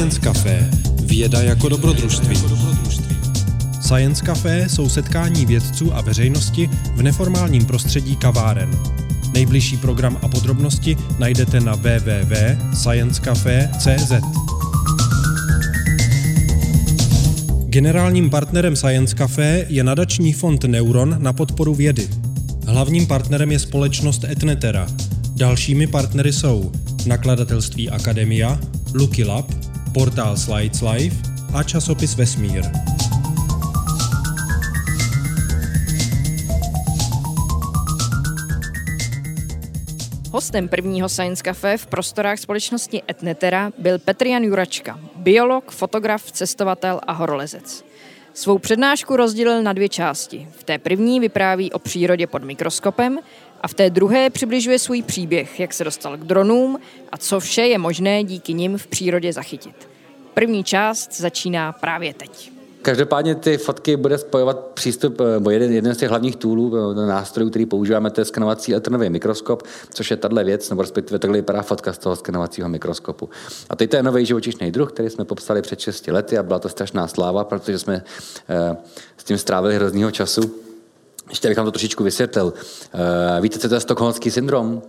Science Café. Věda jako dobrodružství. Science Café jsou setkání vědců a veřejnosti v neformálním prostředí kaváren. Nejbližší program a podrobnosti najdete na www.sciencecafe.cz. Generálním partnerem Science Café je nadační fond Neuron na podporu vědy. Hlavním partnerem je společnost Etnetera. Dalšími partnery jsou nakladatelství Akademia, Lucky Lab, portál Slides Life a časopis Vesmír. Hostem prvního Science Café v prostorách společnosti Etnetera byl Petr Jan Juračka, biolog, fotograf, cestovatel a horolezec. Svou přednášku rozdělil na 2 části. V té první vypráví o přírodě pod mikroskopem a v té druhé přibližuje svůj příběh, jak se dostal k dronům a co vše je možné díky nim v přírodě zachytit. První část začíná právě teď. Každopádně ty fotky bude spojovat přístup, bo jeden z těch hlavních toolů, nástrojů, který používáme, to je skenovací elektronový mikroskop, což je tahle věc, nebo respektive takhle vypadá fotka z toho skenovacího mikroskopu. A teď to je nový živočišný druh, který jsme popsali před 6 lety a byla to strašná sláva, protože jsme s tím strávili hroznýho času. Ještě bych vám to trošičku vysvětlil. Víte, co to je stockholmský syndrom?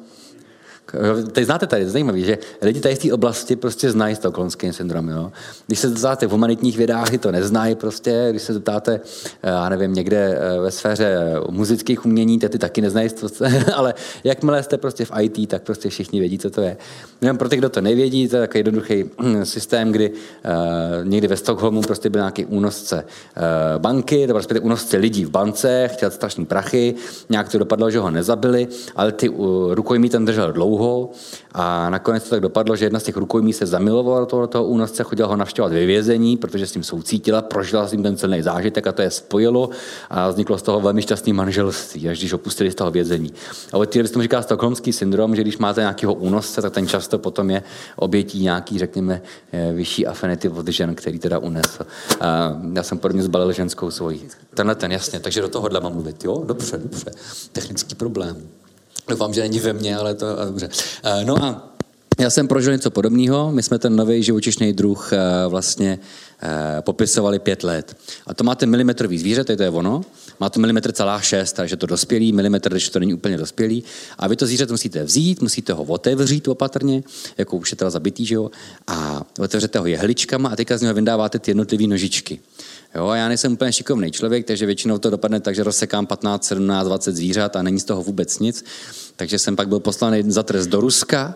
Teď znáte tady, to zajímavé, že lidi tady z té oblasti prostě znají stockholmský syndrom. Jo? Když se zeptáte v humanitních vědách, to neznají prostě, když se zeptáte, já nevím, někde ve sféře muzických umění, ty taky neznají, ale jakmile jste prostě v IT, tak prostě všichni vědí, co to je. Jenom pro ty, kdo to nevědí, to je takový jednoduchý systém, kdy někdy ve Stockholmu prostě byl nějaký únosce banky, to prostě únosce lidí v bance, chtěl strašný prachy, nějak to dopadlo, že ho nezabili, ale ty rukojmí ten držel dlouho. A nakonec to tak dopadlo, že jedna z těch rukojmí se zamilovala do toho únosce, chodila ho navštěvovat ve vězení, protože s tím soucítila, prožila s tím ten silný zážitek a to je spojilo a vzniklo z toho velmi šťastný manželství, až když ho pustili z toho vězení. A od té doby se tomu říká stockholmský syndrom, že když máte nějakého únosce, tak ten často potom je obětí nějaký, řekněme, vyšší affinity od žen, který teda unesl. A já jsem podobně zbalil ženskou svoji. Tenhle ten, jasně, takže do tohohle mám mluvit. Jo, dobře. Technický problém. Doufám, že není ve mně, ale to dobře. No a já jsem prožil něco podobného. My jsme ten nový živočišný druh vlastně popisovali 5 let. A to máte milimetrový zvíře, to je ono. Má to 1,6 mm, takže to dospělý, milimetr, když to není úplně dospělý. A vy to zvíře musíte vzít, musíte ho otevřít opatrně, jako už je teda zabitý, že jo? A otevřete ho jehličkama a teďka z něho vyndáváte ty jednotlivé nožičky. Jo, a já nejsem úplně šikovný člověk, takže většinou to dopadne tak, že rozsekám 15, 17, 20 zvířat a není z toho vůbec nic. Takže jsem pak byl poslaný za trest do Ruska,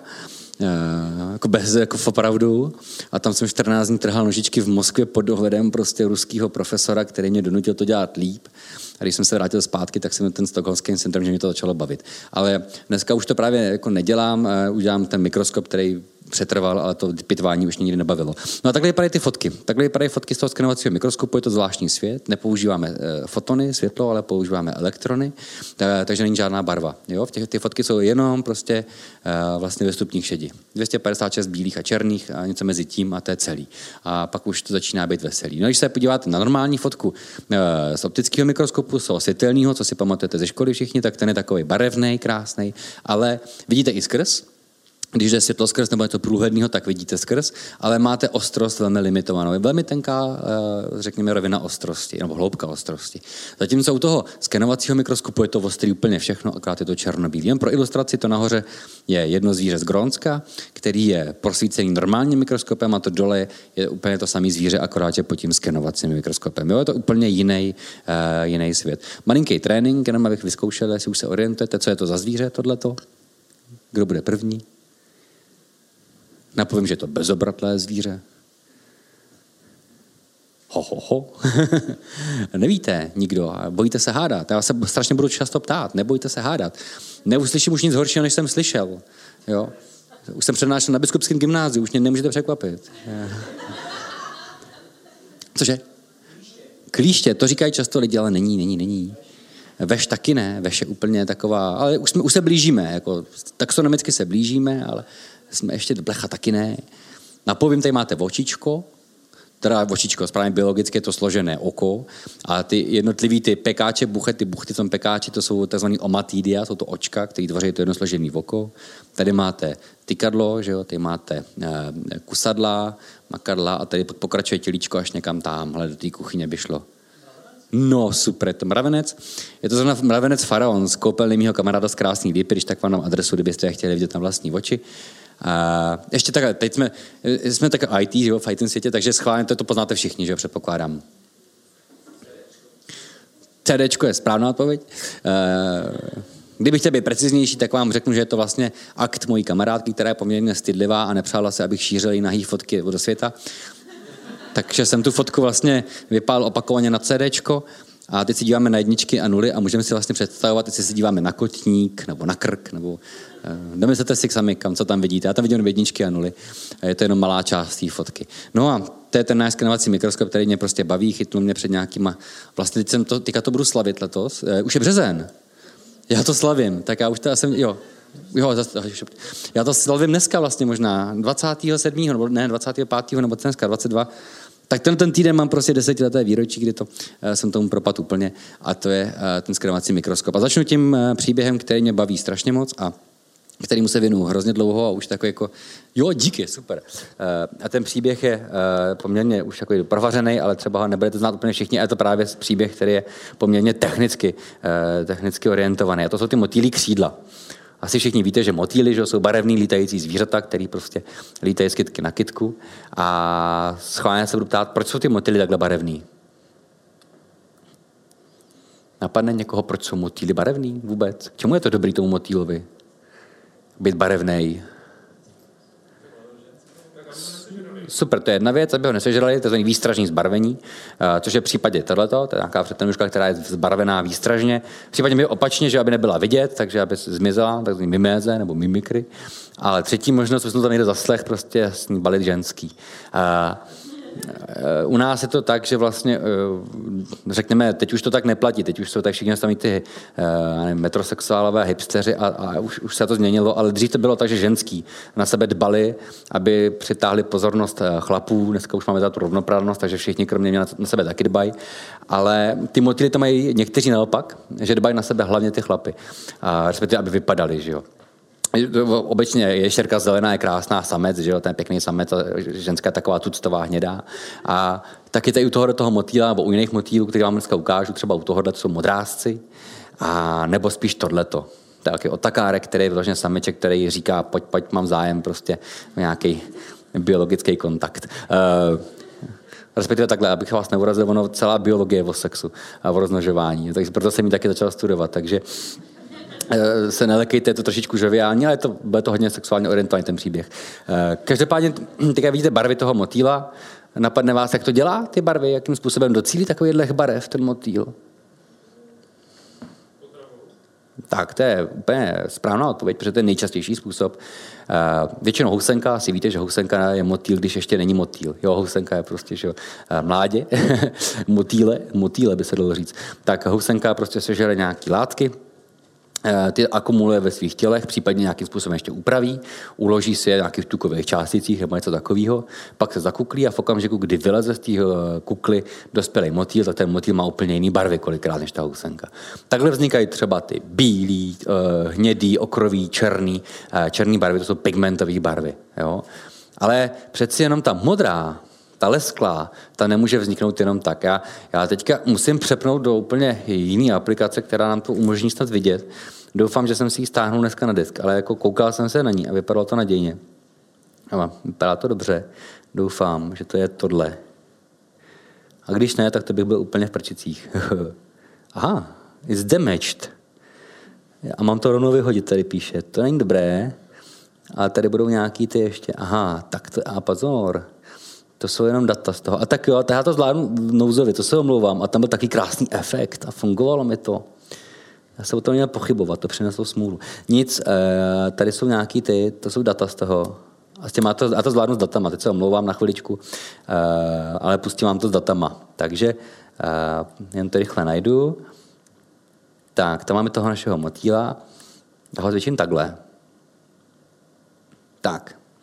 jako opravdu. A tam jsem 14 dní trhal nožičky v Moskvě pod dohledem prostě ruského profesora, který mě donutil to dělat líp. A když jsem se vrátil zpátky, tak jsem ten stockholmský syndrom, že mě to začalo bavit. Ale dneska už to právě jako nedělám, udělám ten mikroskop, který přetrval, ale to pitvání už mě nikdy nebavilo. No a takhle vypadají ty fotky. Takhle vypadají fotky z toho skenovacího mikroskopu, je to zvláštní svět. Nepoužíváme fotony, světlo, ale používáme elektrony, takže není žádná barva. Jo? Ty fotky jsou jenom prostě vlastně ve stupních šedi. 256 bílých a černých a něco mezi tím a to je celý. A pak už to začíná být veselý. No když se podíváte na normální fotku z optického mikroskopu, z toho světelného, co si pamatujete ze školy všichni, tak ten je takový barevný, krásný, ale vidíte i skrz. Když jde světlo skrz nebo něco průhledného, tak vidíte skrz, ale máte ostrost velmi limitovanou. Je velmi tenká, řekněme, rovina ostrosti, nebo hloubka ostrosti. Zatímco u toho skenovacího mikroskopu je to ostrý úplně všechno, akorát je to černobílý. Jen pro ilustraci to nahoře je jedno zvíře z Grónska, který je prosvícený normálním mikroskopem a to dole je úplně to samé zvíře, akorát je pod tím skenovacím mikroskopem. Jo, je to úplně jiný svět. Malinký trénink, jenom abych vyzkoušel, jestli už se orientujete, co je to za zvíře tohleto. Kdo bude první? Napovím, že je to bezobratlé zvíře. Ho. Nevíte nikdo, bojíte se hádat. Já se strašně budu často ptát, nebojte se hádat. Neuslyším už nic horšího, než jsem slyšel. Jo? Už jsem přednášel na Biskupském gymnáziu, už mě nemůžete překvapit. Cože? Klíště, to říkají často lidi, ale není. Veš taky ne, veš je úplně taková, ale už se blížíme, jako taxonomicky se blížíme, ale jsme ještě do blecha taky ne. Napovím, tady máte očičko, teda očičko, správně biologicky je to složené oko a ty jednotlivý ty pekáče, buchty v tom pekáči, to jsou tzv. Omatidia, jsou to očka, které tvoří to jedno složené oko. Tady máte tykadlo, že jo, tady máte kusadla, makadla a tady pokračuje tělíčko až někam tamhle do té kuchyně by šlo. No, super, je to mravenec. Je to zrovna mravenec Faraon z koupelny mýho kamaráda z Krásný Lípy, když tak vám dám adresu, kdybyste je chtěli vidět na vlastní oči. A ještě takhle, teď jsme tak IT, že jo, v IT světě, takže schválně to poznáte všichni, že jo, předpokládám. CDčko je správná odpověď. Kdybych chtěl být preciznější, tak vám řeknu, že je to vlastně akt mojí kamarádky, která je poměrně stydlivá a nepřála se, abych šířil jí nahý fotky do světa. Takže jsem tu fotku vlastně vypálil opakovaně na CDčko a teď si díváme na jedničky a nuly a můžeme si vlastně představovat, jestli si díváme na kotník nebo na krk, nebo domyslete si sami, co tam vidíte. Já tam vidím jedničky a nuly. Je to jenom malá část té fotky. No a to je ten náš skenovací mikroskop, který mě prostě baví, chytnul mě před nějakýma... Vlastně teďka to budu slavit letos. Už je březen. Já to slavím, tak já už to jsem... Jo, já to slavím dneska vlastně možná, 27. nebo ne, 25. nebo dneska 22. Tak ten týden mám prostě 10leté výročí, kdy to jsem tomu propadl úplně a to je ten skenovací mikroskop. A začnu tím příběhem, který mě baví strašně moc a kterýmu se věnuju hrozně dlouho a už takový jako, jo, díky, super. A ten příběh je poměrně už takový provařený, ale třeba ho nebudete znát úplně všichni, a je to právě příběh, který je poměrně technicky orientovaný. A to jsou ty motýlí křídla. Asi všichni víte, že motýly, že jsou barevný lítající zvířata, který prostě lítají z kytky na kytku. A schválně se budu ptát, proč jsou ty motýly takhle barevný? Napadne někoho, proč jsou motýly barevný vůbec? K čemu je to dobrý tomu motýlovi? Být barevnej. Super, to je jedna věc, aby ho nesežrali, to je výstražní zbarvení, což je v případě tohleto, to je nějaká předtenuška, která je zbarvená výstražně. V případě by opačně, že aby nebyla vidět, takže aby zmizela, takzvaný miméze nebo mimikry. Ale třetí možnost, jsme tam někde zaslech, prostě balit ženský. U nás je to tak, že vlastně, řekněme, teď už to tak neplatí, teď už jsou tak všichni sami ty metrosexuálové, hipsteři a už se to změnilo, ale dřív to bylo tak, že ženský na sebe dbali, aby přitáhli pozornost chlapů, dneska už máme za tu rovnoprávnost, takže všichni kromě mě na sebe taky dbají, ale ty motýly to mají někteří naopak, že dbají na sebe hlavně ty chlapy, respektive aby vypadali, že jo. Obecně ještěrka zelená je krásná, samec, že jo, ten pěkný samec, a ženská taková tuctová hnědá. A taky tady u toho motýla, nebo u jiných motýlů, který vám dneska ukážu, třeba u tohohle jsou modrásci, a nebo spíš tohleto. Taky otakárek, který je vyloženě sameček, který říká, pojď, mám zájem, prostě nějaký biologický kontakt. Respektive takhle, abych vás neurazil, ono celá biologie je o sexu a o rozmnožování, takže proto jsem ji taky začal studovat, takže se nelekejte, je to trošičku žoviální, ale bude to hodně sexuálně orientovaný ten příběh. Každopádně, teď vidíte barvy toho motýla, napadne vás, jak to dělá, ty barvy, jakým způsobem docílí takovýhle barev ten motýl? Tak, to je úplně správná odpověď, protože to je nejčastější způsob. Většinou housenka, asi víte, že housenka je motýl, když ještě není motýl. Jo, housenka je prostě, že mládě, motýle by se dalo říct. Tak housenka prostě sežere nějaký látky, ty akumuluje ve svých tělech, případně nějakým způsobem ještě upraví, uloží si je v nějakých tukových částicích nebo něco takového, pak se zakuklí a v okamžiku, kdy vyleze z té kukly dospělý motýl, tak ten motýl má úplně jiný barvy kolikrát než ta housenka. Takhle vznikají třeba ty bílý, hnědý, okrový, černý barvy, to jsou pigmentové barvy. Jo? Ale přeci jenom ta modrá, ta lesklá, ta nemůže vzniknout jenom tak. Já teďka musím přepnout do úplně jiné aplikace, která nám to umožní snad vidět. Doufám, že jsem si ji stáhnul dneska na disk, ale jako koukal jsem se na ní a vypadalo to nadějně. Vypadá to dobře. Doufám, že to je tohle. A když ne, tak to bych byl úplně v prčicích. Aha, it's damaged. A mám to rovnou vyhodit, tady píše. To není dobré. A tady budou nějaký ty ještě. Aha, tak to, a pozor. To jsou jenom data z toho. A tak jo, já to zvládnu nouzově, to se omlouvám. A tam byl taky krásný efekt a fungovalo mi to. Já se o tom měl pochybovat, to přineslo smůlu. Nic, tady jsou nějaký to jsou data z toho. A s těma já to zvládnu s datama, teď se omlouvám na chviličku, ale pustím vám to s datama. Takže jen to rychle najdu. Tak, tam máme toho našeho motýla. Já ho zvětším takhle. Tak.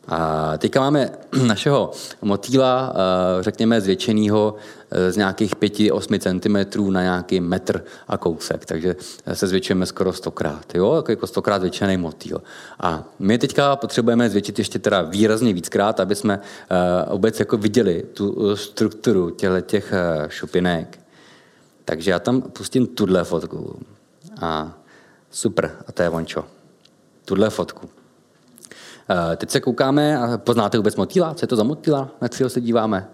A teďka máme našeho motýla, řekněme, zvětšenýho z nějakých 5-8 cm na nějaký metr a kousek, takže se zvětšujeme skoro 100krát, jo, jako 100krát zvětšený motýl. A my teďka potřebujeme zvětšit ještě teda výrazně víckrát, aby jsme vůbec jako viděli tu strukturu těch šupinek. Takže já tam pustím tuhle fotku. A super, a to je vončo. Tuhle fotku. Teď se koukáme a poznáte vůbec motýla? Co je to za motýla, na kterého se díváme?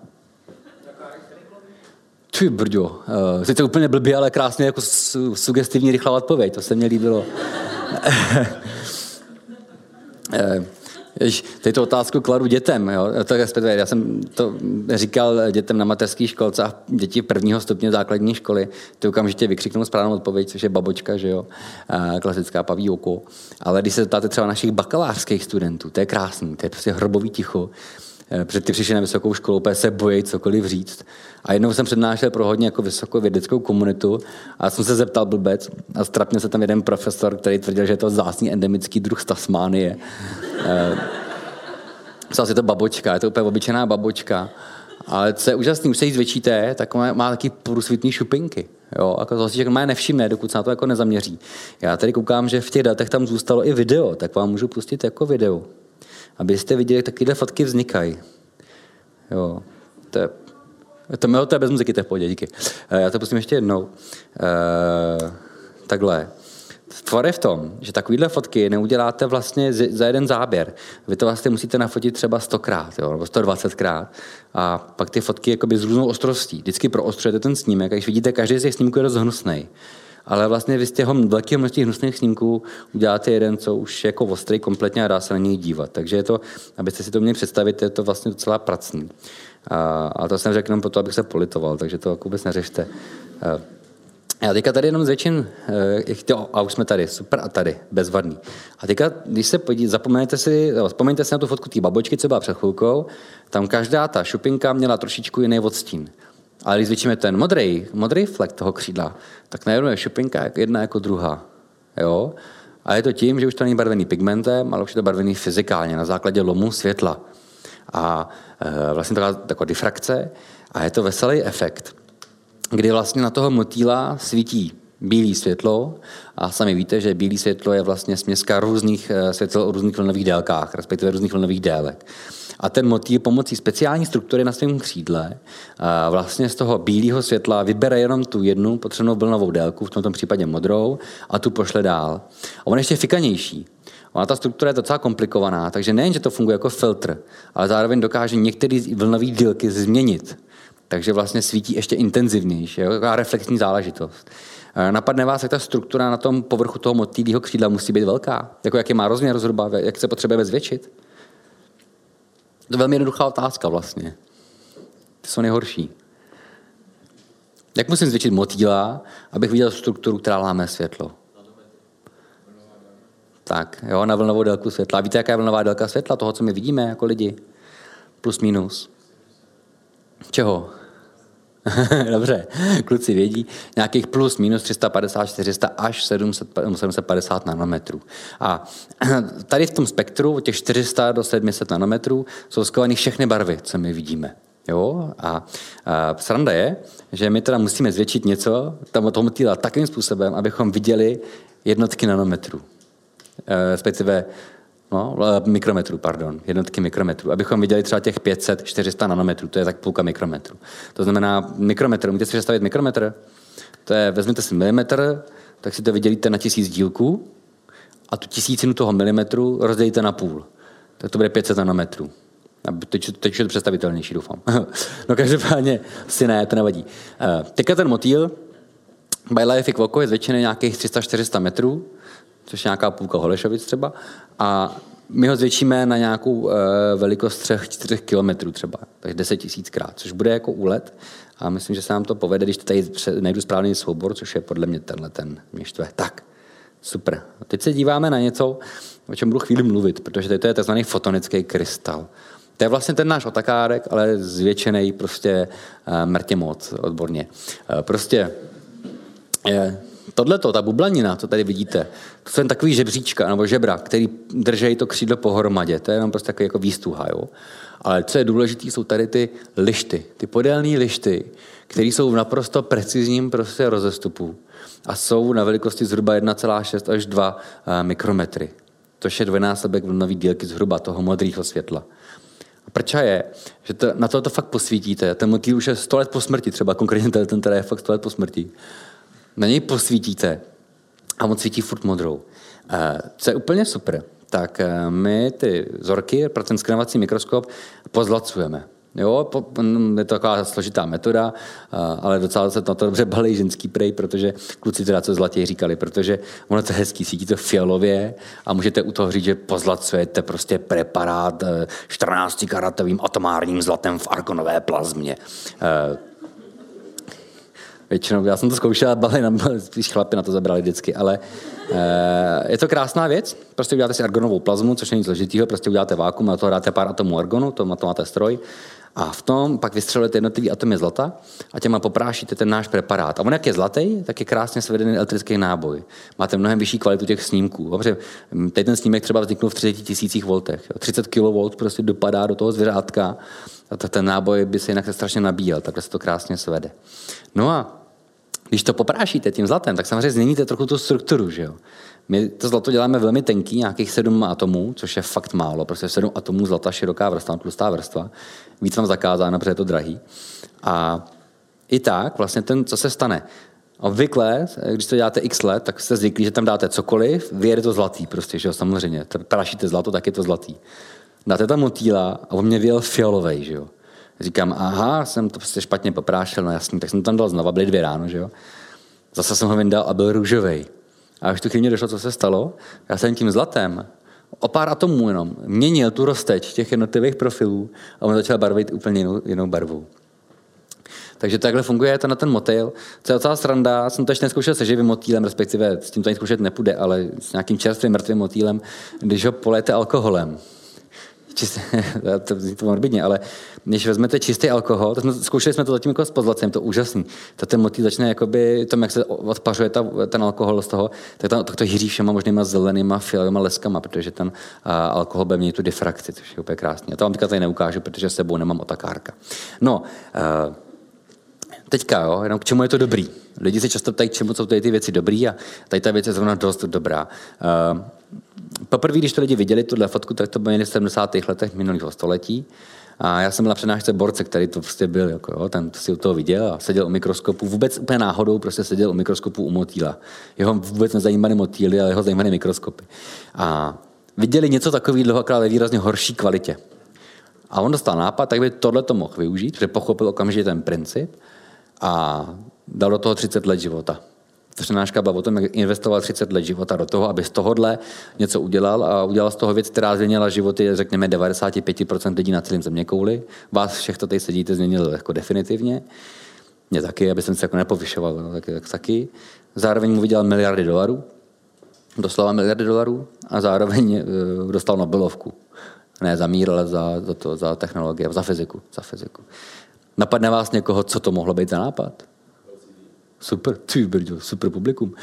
Ty brďo, sice úplně blbě, ale krásně jako sugestivní rychlá odpověď, to se mně líbilo. Teď tu otázku kladu dětem. Jo? Já jsem to říkal dětem na mateřské školce a děti prvního stupně základní školy. Ty okamžitě vykřiknou správnou odpověď, což je babočka, že jo? Klasická paví oko. Ale když se ptáte třeba našich bakalářských studentů, to je krásný, to je prostě hrobový ticho. Protože ty přišli na vysokou školu, úplně se bojí cokoliv říct. A jednou jsem přednášel pro hodně jako vysokou vědeckou komunitu a jsem se zeptal blbec a strapně se tam jeden profesor, který tvrdil, že je to vzácný endemický druh z Tasmánie. Psal si to babočka, je to úplně obyčejná babočka. Ale co je úžasný, už se jí zvětšíte, tak má taky průsvitný šupinky. Jo, jako to si má nevšimne, dokud se na to jako nezaměří. Já tady koukám, že v těch datech tam zůstalo i video, tak vám můžu pustit jako video. Abyste viděli, jak takovéhle fotky vznikají. Jo, to je bez muziky, to je v pohodě, díky. Já to pustím ještě jednou. Takhle. Tvor je v tom, že takovéhle fotky neuděláte vlastně za jeden záběr. Vy to vlastně musíte nafotit třeba 100krát, jo, nebo 120krát. A pak ty fotky jakoby s různou ostrostí. Vždycky proostrujete ten snímek. A když vidíte, každý z těch snímků je dost hnusnej. Ale vlastně vy z těho velkého množství hnusných snímků uděláte jeden, co už je jako ostrý kompletně a dá se na něj dívat. Takže je to, abyste si to měli představit, je to vlastně docela pracný. A to jsem řekl jenom proto, abych se politoval, takže to vůbec neřešte. Já teďka tady jenom zvětším, a už jsme tady, super a tady, bezvadný. A teďka, když se vzpomeňte si na tu fotku té babočky, co byla před chvilkou, tam každá ta šupinka měla trošičku jiný odstín. Ale když zvětšíme ten modrý flek toho křídla, tak najednou je šupinka jedna jako druhá. Jo? A je to tím, že už to není barvený pigmentem, ale už je to barvený fyzikálně, na základě lomu světla. A vlastně taková difrakce a je to veselý efekt, kdy vlastně na toho motýla svítí bílé světlo a sami víte, že bílé světlo je vlastně směska různých světl o různých vlnových délkách, respektive různých vlnových délek. A ten motýl pomocí speciální struktury na svém křídle vlastně z toho bílého světla vybere jenom tu jednu potřebnou vlnovou délku, v tomto případě modrou, a tu pošle dál. A on je ještě fikanější. Ona ta struktura je docela komplikovaná, takže nejen, že to funguje jako filtr, ale zároveň dokáže některé vlnové délky změnit. Takže vlastně svítí ještě intenzivnější, taková reflexní záležitost. Napadne vás, jak ta struktura na tom povrchu toho motýlího křídla musí být velká? Jako jaký má rozměr zhruba, jak se potřebuje zvětšit? To je velmi jednoduchá otázka vlastně. Ty jsou nejhorší. Jak musím zvětšit motýla, abych viděl strukturu, která láme světlo? Tak, jo, na vlnovou délku světla. A víte, jaká je vlnová délka světla toho, co my vidíme jako lidi? Plus minus. Čeho? Dobře, kluci vědí, nějakých plus minus 350, 400 až 750 nanometrů. A tady v tom spektru od těch 400 do 700 nanometrů jsou skované všechny barvy, co my vidíme. Jo? A sranda je, že my teda musíme zvětšit něco toho motýla takovým způsobem, abychom viděli jednotky nanometrů. Respektive mikrometrů, jednotky mikrometrů, abychom viděli třeba těch 500-400 nanometrů, to je tak půlka mikrometru. To znamená mikrometr, můžete si představit mikrometr? To je, vezměte si milimetr, tak si to vydělíte na 1000 dílků a tu tisícinu toho milimetru rozdělíte na půl. Tak to bude 500 nanometrů. Teď už je to představitelnější, doufám. No každopádně si ne, to nevadí. Teďka ten motýl, by life oko je zvětšený nějakých 300-400 metrů, což je nějaká půlka Holešovic třeba, a my ho zvětšíme na nějakou velikost 3-4 kilometrů třeba, takže 10 000krát, což bude jako úlet a myslím, že se nám to povede, když tady najdu správný soubor, což je podle mě tenhle ten mě štve. Tak, super. Teď se díváme na něco, o čem budu chvíli mluvit, protože to je tzv. Fotonický krystal. To je vlastně ten náš otakárek, ale zvětšený prostě mrtě moc odborně. Prostě Tohleto, ta bublanina, co tady vidíte, to jsou jen takový žebříčka nebo žebra, který drží to křídlo pohromadě. To je jenom prostě takový jako výstuha, jo. Ale co je důležité, jsou tady ty lišty, ty podélné lišty, které jsou v naprosto precizním prostě rozestupu a jsou na velikosti zhruba 1,6 až 2 mikrometry. To je dvojnásobek vlnový délky zhruba toho modrého světla. A prča je, že na to fakt posvítíte. Ten motýl už je 100 let po smrti, třeba konkrétně ten teda je fakt 100 let po smrti. Na něj posvítíte a on svítí furt modrou. Co je úplně super, tak my ty vzorky pro ten skenovací mikroskop pozlacujeme. Jo, je to taková složitá metoda, ale docela se na to dobře balí ženský prej, protože kluci teda co zlatěji říkali, protože ono to je hezký, svítí to fialově a můžete u toho říct, že pozlacujete prostě preparát 14-karatovým atomárním zlatem v argonové plazmě. Většinou, já jsem to zkoušel, spíš chlapi na to zabrali vždycky, ale je to krásná věc. Prostě uděláte si argonovou plazmu, což není složitýho, prostě uděláte vákuum, na to dáte pár atomů argonu, to máte stroj a v tom pak vystřelujete jednotlivý atomy zlata a těma poprášíte ten náš preparát. A on jak je zlatý, tak je krásně svedený elektrický náboj. Máte mnohem vyšší kvalitu těch snímků. Dobře, teď ten snímek třeba vzniknul v 30 000 voltech. 30 kV prostě dopadá do toho zvěřátka a ten náboj by se jinak strašně nabíjel, takhle se to krásně svede. No a když to poprášíte tím zlatem, tak samozřejmě změníte trochu tu strukturu, že jo. My to zlato děláme velmi tenký, nějakých 7 atomů, což je fakt málo, prostě 7 atomů zlata, široká vrstva, tlustá vrstva. Víc vám zakázáno, protože je to drahý. A i tak vlastně co se stane? Obvykle, když to děláte x let, tak jste zvyklí, že tam dáte cokoliv, vyjede to zlatý prostě, že jo, samozřejmě. Prašíte zlato, tak je to zlatý. Dáte tam motýla a on mě vyjel fialovej, že jo. Říkám, aha, jsem to prostě špatně poprášil, no jasný, tak jsem tam dal znova, byly 2 ráno, že jo. Zase jsem ho vyndal a byl růžovej. A už tu chvíli mě došlo, co se stalo. Já jsem tím zlatem o pár atomů jenom měnil tu rozteč těch jednotlivých profilů a on začal barvit úplně jinou barvou. Takže takhle funguje to na ten motýl. Co je docela sranda, jsem to ještě neskoušel se živým motýlem, respektive s tím to ani zkoušet nepůjde, ale s nějakým čerstvým mrtvým motýlem, když ho polejete alkoholem. To zní to morbidně, ale když vezmete čistý alkohol, zkoušeli jsme to zatím jako s pozlacem, to úžasný. To ten motýl začne jakoby, tom, jak se odpařuje ten alkohol z toho, tak to hýří všema možnýma zelenýma fialovýma leskama, protože ten alkohol bude mít tu diffrakci, což je úplně krásný. A to vám teďka tady neukážu, protože s sebou nemám otakárka. No, teďka, jo, jenom k čemu je to dobrý. Lidi se často ptají, k čemu jsou tady ty věci dobrý a tady ta věc je zrovna dost dobrá. Poprvé, když to lidi viděli, tuhle fotku, tak to bylo v 70. letech minulého století. A já jsem byl na přednášce Borce, který to prostě byl, jako, jo, ten si u toho viděl a seděl u mikroskopu. Vůbec úplně náhodou prostě seděl u mikroskopu u motýla. Jeho vůbec nezajímaly motýly, ale jeho zajímaly mikroskopy. A viděli něco takového, akorát ve výrazně horší kvalitě. A on dostal nápad, tak by tohle to mohl využít, protože pochopil okamžitě ten princip a dal do toho 30 let života. Přednáška byla o tom, jak investoval 30 let života do toho, aby z tohohle něco udělal a udělal z toho věc, která změnila životy, řekněme, 95% lidí na celém zeměkouli. Vás všech, to tady sedíte, změnil jako definitivně. Mě taky, aby jsem se jako nepovyšoval, no, taky. Zároveň mu vydělal miliardy dolarů, doslova miliardy dolarů a zároveň dostal Nobelovku. Ne za mír, ale za technologie, za fyziku. Napadne vás někoho, co to mohlo být za nápad? Super, super publikum.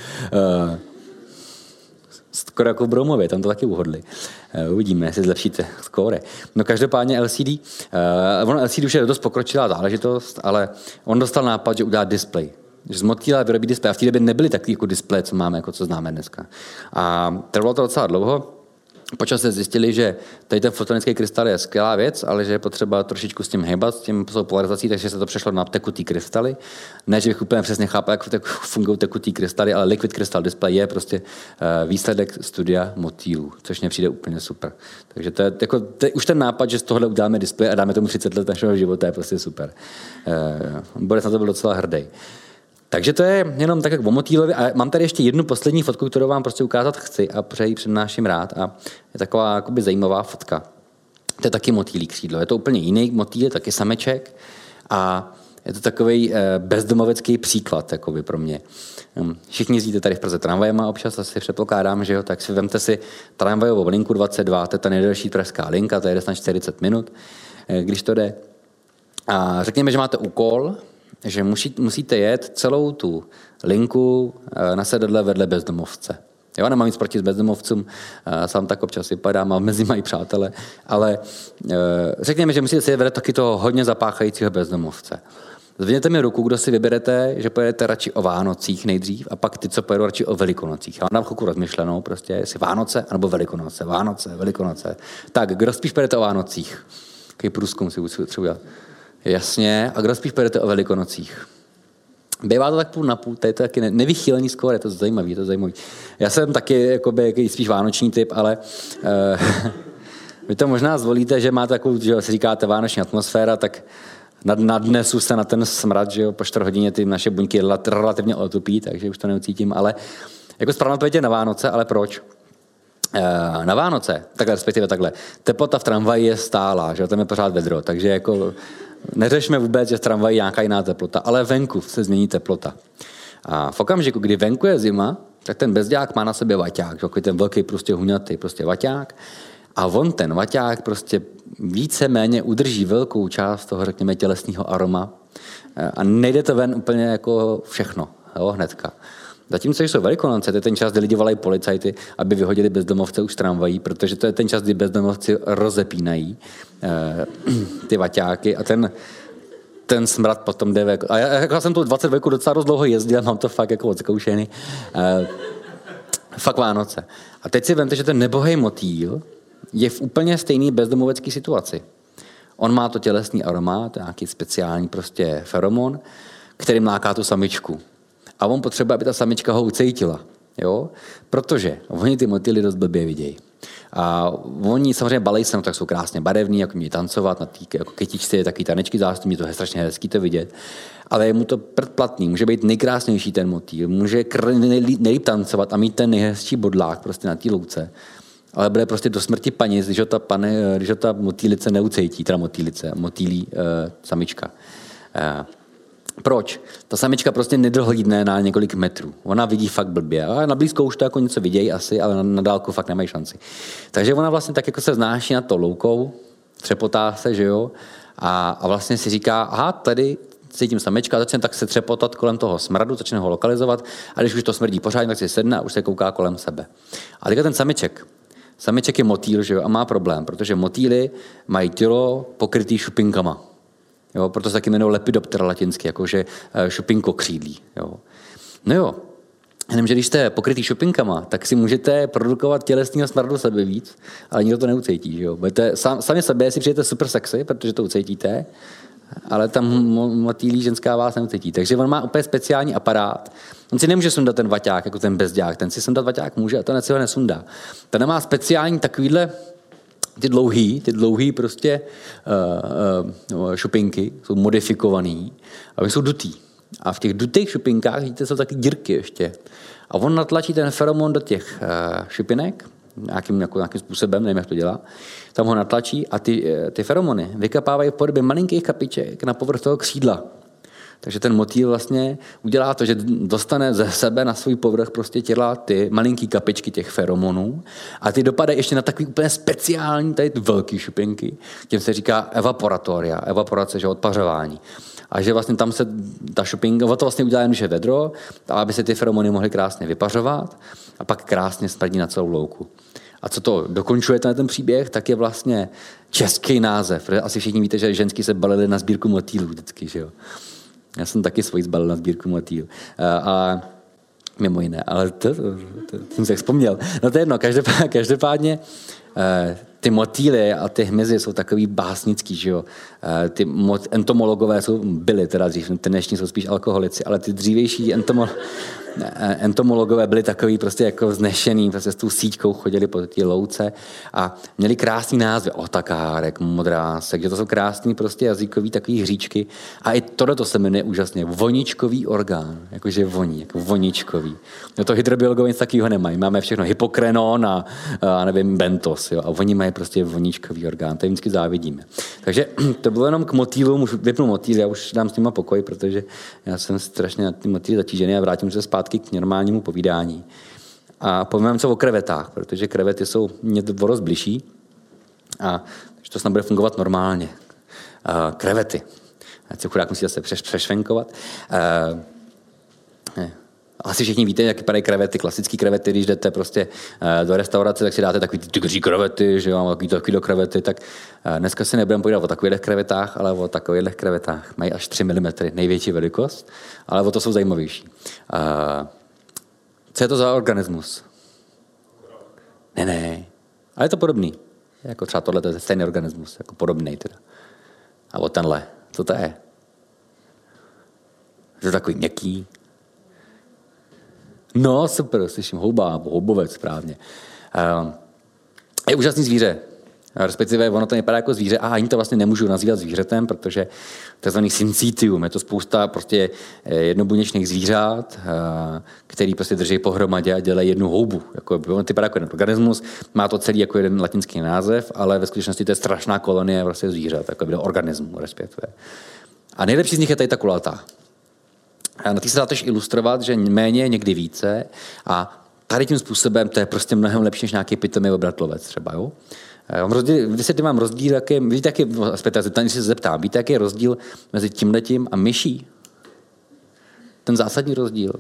Skoro jako v Broumově, tam to taky uhodli. Uvidíme, jestli zlepšíte skóre. No každopádně LCD. LCD už je dost pokročilá záležitost, ale on dostal nápad, že udělá displej. Že z motýla vyrobí displej. A v té době nebyly takový jako displeje, co máme, jako co známe dneska. A trvalo to docela dlouho. Počas se zjistili, že tady ten fotonický krystal je skvělá věc, ale že je potřeba trošičku s tím hejbat, s tím polarizací, takže se to přešlo na tekutý krystaly. Ne, že bych úplně přesně chápal, jak fungují tekutý krystaly, ale liquid crystal display je prostě výsledek studia motýlů, což mě přijde úplně super. Takže to je už ten nápad, že z tohohle uděláme displej a dáme tomu 30 let našeho života, je prostě super. Borec na to byl docela hrdý. Takže to je jenom tak, jak o motýlovi. A mám tady ještě jednu poslední fotku, kterou vám prostě ukázat chci a přeji přednáším rád. A je taková jakoby zajímavá fotka. To je taky motýlí křídlo. Je to úplně jiný motýl, taky sameček. A je to takový bezdomovecký příklad jakoby pro mě. Všichni jezdíte tady v Praze tramvajema občas, asi předpokládám, že jo, tak si vemte si tramvajovou linku 22, to je ta nejdelší pražská linka, to je 40 minut, když to jde. A řekněme, že máte úkol že musíte jet celou tu linku na sedadle vedle bezdomovce. Jo, nemám nic proti bezdomovcům, sám tak občas vypadám, mám mezi mají přátele, ale řekněme, že musíte si vedle taky toho hodně zapáchajícího bezdomovce. Zvedněte mi ruku, kdo si vyberete, že pojedete radši o Vánocích nejdřív a pak ty, co pojedou radši o Velikonocích. Já mám chvilku rozmyšlenou, prostě jestli Vánoce anebo Velikonoce. Vánoce, Velikonoce. Tak, kdo spíš pojedete o Vánocích? Jaký průzkum si třeba udělat? Jasně. A kdo spíš pojedete o Velikonocích? Bývá to tak půl na půl, to je to taky nevychýlený skóre, je to zajímavý, Já jsem taky jakoby, spíš vánoční typ, ale vy to možná zvolíte, že máte takovou, že si říkáte vánoční atmosféra, tak nadnesu se na ten smrad, že jo, po 4 hodině ty naše buňky relativně otupí, takže už to neucítím, ale jako správně odpověď je na Vánoce, ale proč? Na Vánoce, takhle respektive takhle, teplota v tramvaji je stálá, že jo, tam je pořád vedro, takže jako neřešme vůbec, že v tramvaji je nějaká jiná teplota, ale venku se změní teplota. A v okamžiku, kdy venku je zima, tak ten bezďák má na sobě vaťák, že? Ten velký prostě huňatý prostě vaťák. A on ten vaťák prostě víceméně udrží velkou část toho, řekněme, tělesného aroma a nejde to ven úplně jako všechno, jo, hnedka. Zatímco jsou Velikonoce, to je ten čas, kdy lidi volají policajty, aby vyhodili bezdomovce už z tramvají, protože to je ten čas, kdy bezdomovci rozepínají ty vaťáky a ten smrad potom jde. A já jsem tu 20 veku docela dost dlouho jezdil, mám to fakt jako odzkoušený. Fakt Vánoce. A teď si vemte, že ten nebohej motýl je v úplně stejný bezdomovecký situaci. On má to tělesný aroma, to je nějaký speciální prostě feromon, který mláká tu samičku. A on potřebuje, aby ta samička ho ucítila. Jo? Protože oni ty motýly dost blbě vidějí. A oni samozřejmě balej se, no, tak jsou krásně barevní, jako mě tancovat na té jako kytičce, takový tanečky zástupní, to je strašně hezký to vidět. Ale je mu to predplatný, může být nejkrásnější ten motýl, může nejlíp tancovat a mít ten nejhezčí bodlák prostě na té louce. Ale bude prostě do smrti panic, když ho ta motýlice neucejtí, teda motýlí samička. Proč? Ta samička prostě nedohlídne na několik metrů. Ona vidí fakt blbě. A na blízko už to jako něco vidějí asi, ale na dálku fakt nemají šanci. Takže ona vlastně tak jako se vznáší nad tou loukou, třepotá se, že jo, a vlastně si říká, aha, tady cítím samička, začne tak se třepotat kolem toho smradu, začne ho lokalizovat a když už to smrdí pořádně, tak si sedne a už se kouká kolem sebe. A teďka ten samiček je motýl, že jo, a má problém, protože motýly mají tělo pokrytý šupinkama. Jo, proto se taky jmenují lepidoptera latinsky, jakože šupinko křídlí. Jo. No jo, jenomže když jste pokrytý šupinkama, tak si můžete produkovat tělesného smradu sebe víc, ale nikdo to neucítí. Že jo. Budete sami sebe si přijete super sexy, protože to ucítíte, ale tam motýlí ženská vás neucítí. Takže on má úplně speciální aparát. On si nemůže sundat ten vaťák, jako ten bezďák. Ten si sundat vaťák může a ten si ho nesundá. Ten má speciální takovýhle ty dlouhý prostě šupinky jsou modifikovaný a jsou dutý. A v těch dutých šupinkách, vidíte, jsou taky dírky ještě. A on natlačí ten feromon do těch šupinek, nějakým způsobem, nevím, jak to dělá, tam ho natlačí a ty feromony vykapávají v podobě malinkých kapiček na povrch toho křídla. Takže ten motýl vlastně udělá to, že dostane ze sebe na svůj povrch prostě těla ty malinký kapičky těch feromonů a ty dopadají ještě na takový úplně speciální, tady ty velký šupinky, těm se říká evaporatoria, evaporace, že odpařování. A že vlastně tam se ta šupinka, to vlastně udělá jen, že vedro, aby se ty feromony mohly krásně vypařovat a pak krásně smrdí na celou louku. A co to dokončuje ten příběh, tak je vlastně český název. Asi všichni víte, že ženský se balili na sbírku motýlů vždycky, že jo. Já jsem taky svoji zbalil na sbírku motýl. A mimo jiné, ale to jsem se vzpomněl. No to je jedno, každopádně ty motýly a ty hmyzy jsou takový básnický, že jo. Ty entomologové byli teda dřív, ty dnešní jsou spíš alkoholici, ale ty dřívější entomologové byli takový prostě jako vznešený, prostě s tou síťkou chodili po té louce a měli krásný názvy, otakárek, modrásek, že to jsou krásný prostě jazykový takový hříčky a i tohleto se jmenuje úžasně voničkový orgán, jakože voní, jako voničkový. No to hydrobiologové nic takového nemají, máme všechno hypokrenon a nevím, bentos, jo, a oni mají prostě voničkový orgán, to jim vždycky závidíme. Takže to bylo jenom k motýlům, už vypnu motýl, já už dám s nima pokoj, protože já jsem strašně na ty motýly zatížený a vrátím se zpátky k normálnímu povídání. A povím co o krevetách, protože krevety jsou mě dost bližší a to snad bude fungovat normálně. Krevety. ať se chudák musí zase přešvenkovat. Asi všichni víte, jak vypadají krevety, klasické krevety, když jdete prostě do restaurace, tak si dáte takový tygří krevety, že mám takový do krevety, tak dneska si nebudeme povídat o takových krevetách, ale o takových krevetách. Mají až 3 mm, největší velikost, ale o to jsou zajímavější. Co je to za organismus? Ne, ale je to podobný. Jako třeba tohle, to je stejný organismus, jako podobný teda. A o tenhle, co to je? Je to takový měkký. No, super, slyším, houba, houbovec, správně. Je úžasný zvíře. Respektive ono to vypadá jako zvíře a ani to vlastně nemůžu nazývat zvířetem, protože to je zvaný syncytium. Je to spousta prostě jednobuněčných zvířat, který prostě drží pohromadě a dělají jednu houbu. Jako, on vypadá jako jeden organismus, má to celý jako jeden latinský název, ale ve skutečnosti to je strašná kolonie prostě zvířat, jako organismu, respektive. A nejlepší z nich je tady ta kulatá. A na ty se dá tež ilustrovat, že méně někdy více a tady tím způsobem to je prostě mnohem lepší než nějaký pitomý obratlovec třeba, jo? Vysvětlím vám rozdíl, víte, jaký se zeptám, víte, jaký je rozdíl mezi tímhletím a myší? Ten zásadní rozdíl.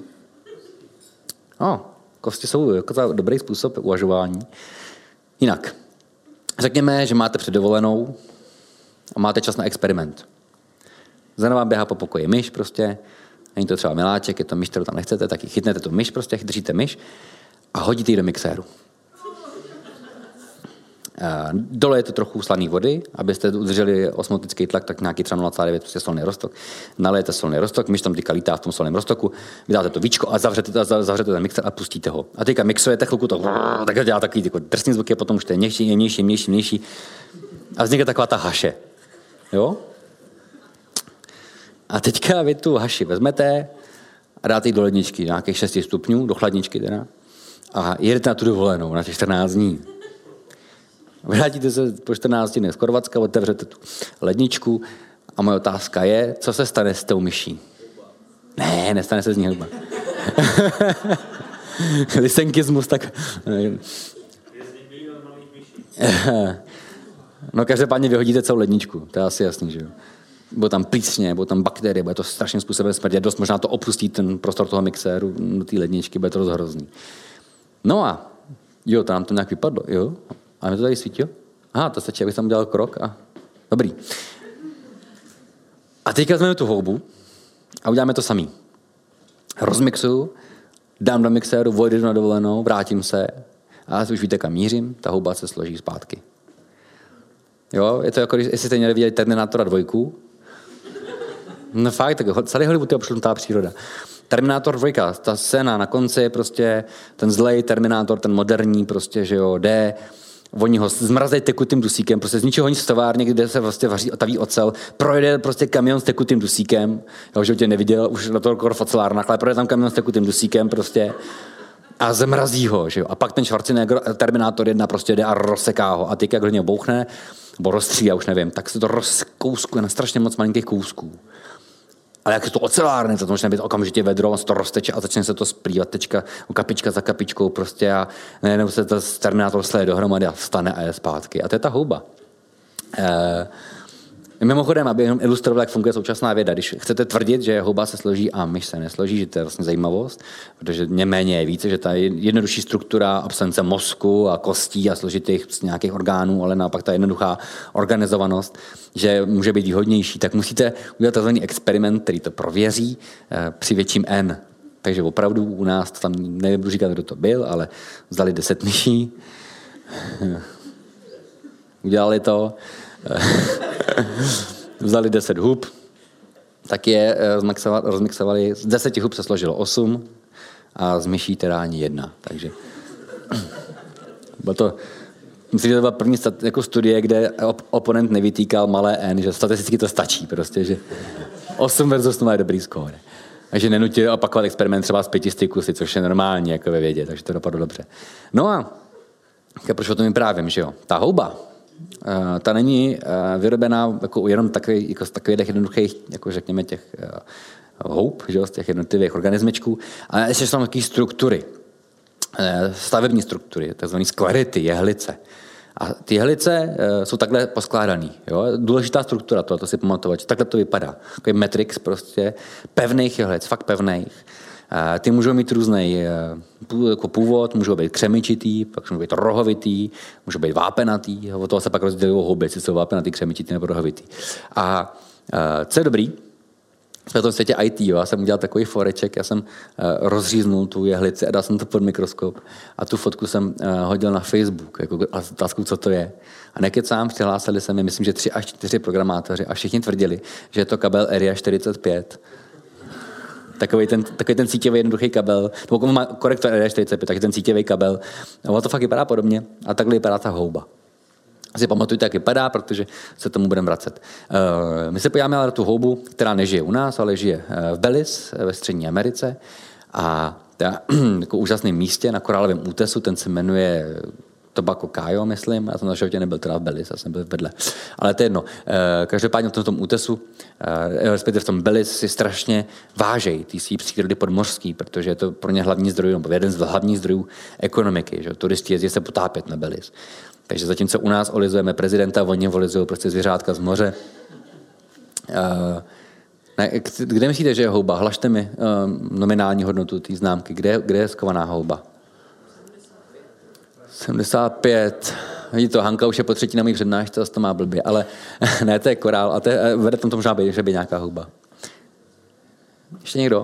Kosti jsou jako dobrý způsob uvažování. Jinak, řekněme, že máte předdovolenou a máte čas na experiment. Za vám běhá po pokoji myš prostě, není to třeba miláček, je to myš, kterou tam nechcete, tak chytnete tu myš prostě, držíte myš a hodíte ji do mixéru. Dolejete trochu slané vody, abyste udrželi osmotický tlak, tak nějaký třeba 0,9 prostě solný roztok. Nalejete solný roztok, myš tam teďka lítá v tom solném roztoku, vydáte to víčko a zavřete ten mixer a pustíte ho. A teďka mixujete chvilku to, tak dělá takový jako drsný zvuky, potom už to je mější. A vznikne taková ta haše. Jo? A teďka vy tu haši vezmete a dáte ji do ledničky, nějakých 6 stupňů, do chladničky teda, a jedete na tu dovolenou na těch 14 dní. Vrátíte se po 14 dní z Chorvatska, otevřete tu ledničku a moje otázka je, co se stane s tou myší? Ne, nestane se z ní houba. Lisenkismus, tak... No každopádně vyhodíte celou ledničku, to je asi jasný, že jo. Bylo tam plísně, bylo tam bakterie, bude to strašným způsobem smrdět, dost možná to opustí ten prostor toho mixéru do té ledničky, bude to dost hrozný. No a jo, to nám to nějak vypadlo, jo. A mi to tady svítilo? Aha, to stačí, abych tam udělal krok a... Dobrý. A teďka vezmeme tu houbu a uděláme to samý. Rozmixuju, dám do mixéru, vojdu na dovolenou, vrátím se a už víte, kam mířím, ta houba se složí zpátky. Jo, je to jako, jestli jste měli vidět Terminátora 2. No fakt, tak celý Hollywood je obšlutá příroda. Terminátor 2, ta scéna na konci, prostě ten zlej Terminátor, ten moderní, prostě, že jo, jde, oni ho zmrazejí tekutým dusíkem, prostě z ničeho nic v továrně, kde se vlastně taví ocel, projede prostě kamion s tekutým dusíkem, já už tě neviděl, už na to v ocelárnách, ale projede tam kamion s tekutým dusíkem prostě a zmrazí ho, že jo. A pak ten Schwarzenegger, Terminátor 1 prostě jde a rozseká ho a teď jak hodně bouchne, nebo rozstří, já už nevím, tak se to rozkouskuje na strašně moc malinkých kousků. Ale jak je to ocelárny, to může být okamžitě vedro, on se to rozteče a začne se to splývat tečka, kapička za kapičkou prostě a najednou se to Terminátor sleje dohromady a vstane a je zpátky. A to je ta houba. Mimochodem, aby jenom ilustroval, jak funguje současná věda. Když chcete tvrdit, že houba se složí a myš se nesloží, že to je vlastně zajímavost, protože méně je více, že ta jednodušší struktura, absence mozku a kostí a složitých nějakých orgánů, ale naopak ta jednoduchá organizovanost, že může být výhodnější, tak musíte udělat takzvaný experiment, který to prověří při větším N. Takže opravdu u nás, tam nebudu říkat, kdo to byl, ale vzali 10 myší, udělali to, vzali 10 hub, tak je rozmixovali, z 10 hub se složilo 8 a z myší teda ani 1, takže bylo to, myslím, že to byla první jako studie, kde oponent nevytýkal malé n, že statisticky to stačí prostě, že 8 versus 8 je dobrý skóre. Takže nenutili opakovat experiment třeba z 500 kusy, což je normální jako ve vědě, takže to dopadlo dobře. No a proč o tom vyprávím, že jo? Ta houba, ta není vyrobená jako jenom takových jednoduchých, jako řekněme těch houb, že jo, z těch jednotlivých organismečků, ale ještě jsou takové struktury, stavební struktury, takzvané sklerity, jehlice. A ty jehlice jsou takhle poskládaný. Jo? Důležitá struktura, to si pamatovat, že takhle to vypadá. Takový matrix prostě pevných jehlic, fakt pevných. Ty můžou mít různý jako původ, můžou být křemičitý, pak můžou být rohovitý, můžou být vápenatý. Od toho se pak rozdělují houby, jestli jsou vápenatý, křemičitý nebo rohovitý. A co je dobrý, v tom světě IT, jo, já jsem udělal takový foreček, já jsem rozříznul tu jehlici a dal jsem to pod mikroskop a tu fotku jsem hodil na Facebook, jako otázku, co to je. A nekecám, přihlásili se mi, myslím, že 3 až 4 programátoři a všichni tvrdili, že je to kabel Area 45. Takový ten síťový jednoduchý kabel, nebo má korektor Area 45, takže ten síťový kabel. A to fakt vypadá podobně a takhle vypadá ta houba. Si pamatujte, jak vypadá, protože se tomu budeme vracet. My se podíváme ale na tu houbu, která nežije u nás, ale žije v Belize, ve Střední Americe. A jako úžasném místě na korálovém útesu, ten se jmenuje Tobacco Cayo, myslím. Já jsem na životě nebyl teda v Belize, já jsem byl vedle. Ale to je jedno. Každopádně v tom útesu, respektive v tom Belize si strašně vážejí ty svý přírody podmořský, protože je to pro ně hlavní zdroj, nebo jeden z hlavních zdrojů ekonomiky. Že? Turisti jezdí se potápět na Belize. Takže zatímco u nás olizujeme prezidenta, oni olizují prostě zvířátka z moře. Kde myslíte, že je houba? Hlašte mi nominální hodnotu té známky. Kde je skovaná houba? 75. Vidíte to, Hanka už je po třetí na mý přednášce, to má blbě, ale ne, to je korál a vede tam to možná být, že by nějaká houba. Ještě někdo?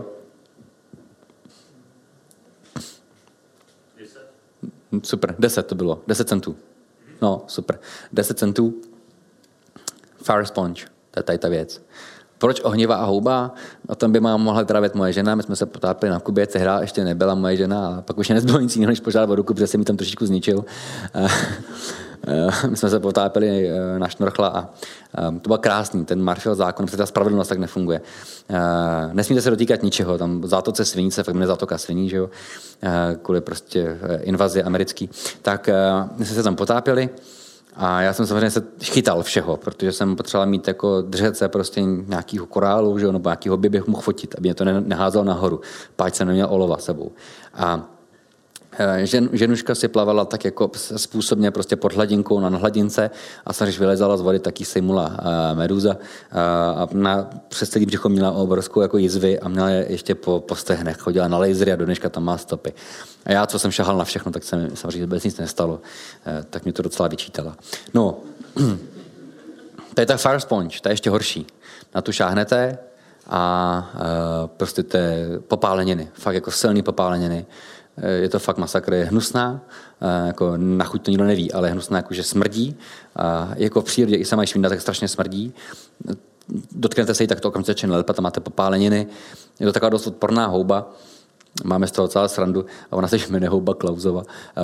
10. Super, 10 to bylo, 10 centů. No, super. 10 centů. Fire sponge, to je tady ta věc. Proč ohnivá houba? O tom by mohla trávět moje žena. My jsme se potápili na Kubě, tehdy ještě nebyla moje žena a pak už nezbylo nic jiného, než požádat o ruku, protože jsem mi tam trošičku zničil. My jsme se potápili na šnorchla a to byl krásný, ten Murphyho zákon, protože ta spravedlnost tak nefunguje. Nesmíte se dotýkat ničeho, tam v zátoce Sviníce, fakt jmenuje zátoka Sviní, že jo, kvůli prostě invazi americký. Tak my jsme se tam potápili a já jsem samozřejmě se chytal všeho, protože jsem potřeboval mít jako držet se prostě nějakýho korálu, že jo, nebo nějakýho by bych mohl fotit, aby mě to neházelo nahoru, páč jsem neměl olova sebou. A ženuška si plavala tak jako způsobně prostě pod hladinkou na hladince a se když vylezala z vody, taky sejmula medúza a přes celý břicho měla obrovskou jako jizvy a měla je ještě po stehnech, chodila na lasery a do dneška tam má stopy. A já, co jsem šahal na všechno, tak se mi samozřejmě vůbec nic nestalo, tak mě to docela vyčítala. No, to je ta fire sponge, ta je ještě horší. Na tu šáhnete a prostě to je popáleniny, fakt jako silný popáleniny. Je to fakt masakr, je hnusná, jako na chuť to nikdo neví, ale je hnusná, jakože smrdí. Jako v přírodě i sama švínda tak strašně smrdí. Dotknete se jí, tak to okamžitě začne lepat, tam máte popáleniny. Je to taková dost odporná houba. Máme z toho celá srandu a ona se jmenuje houba Klausova.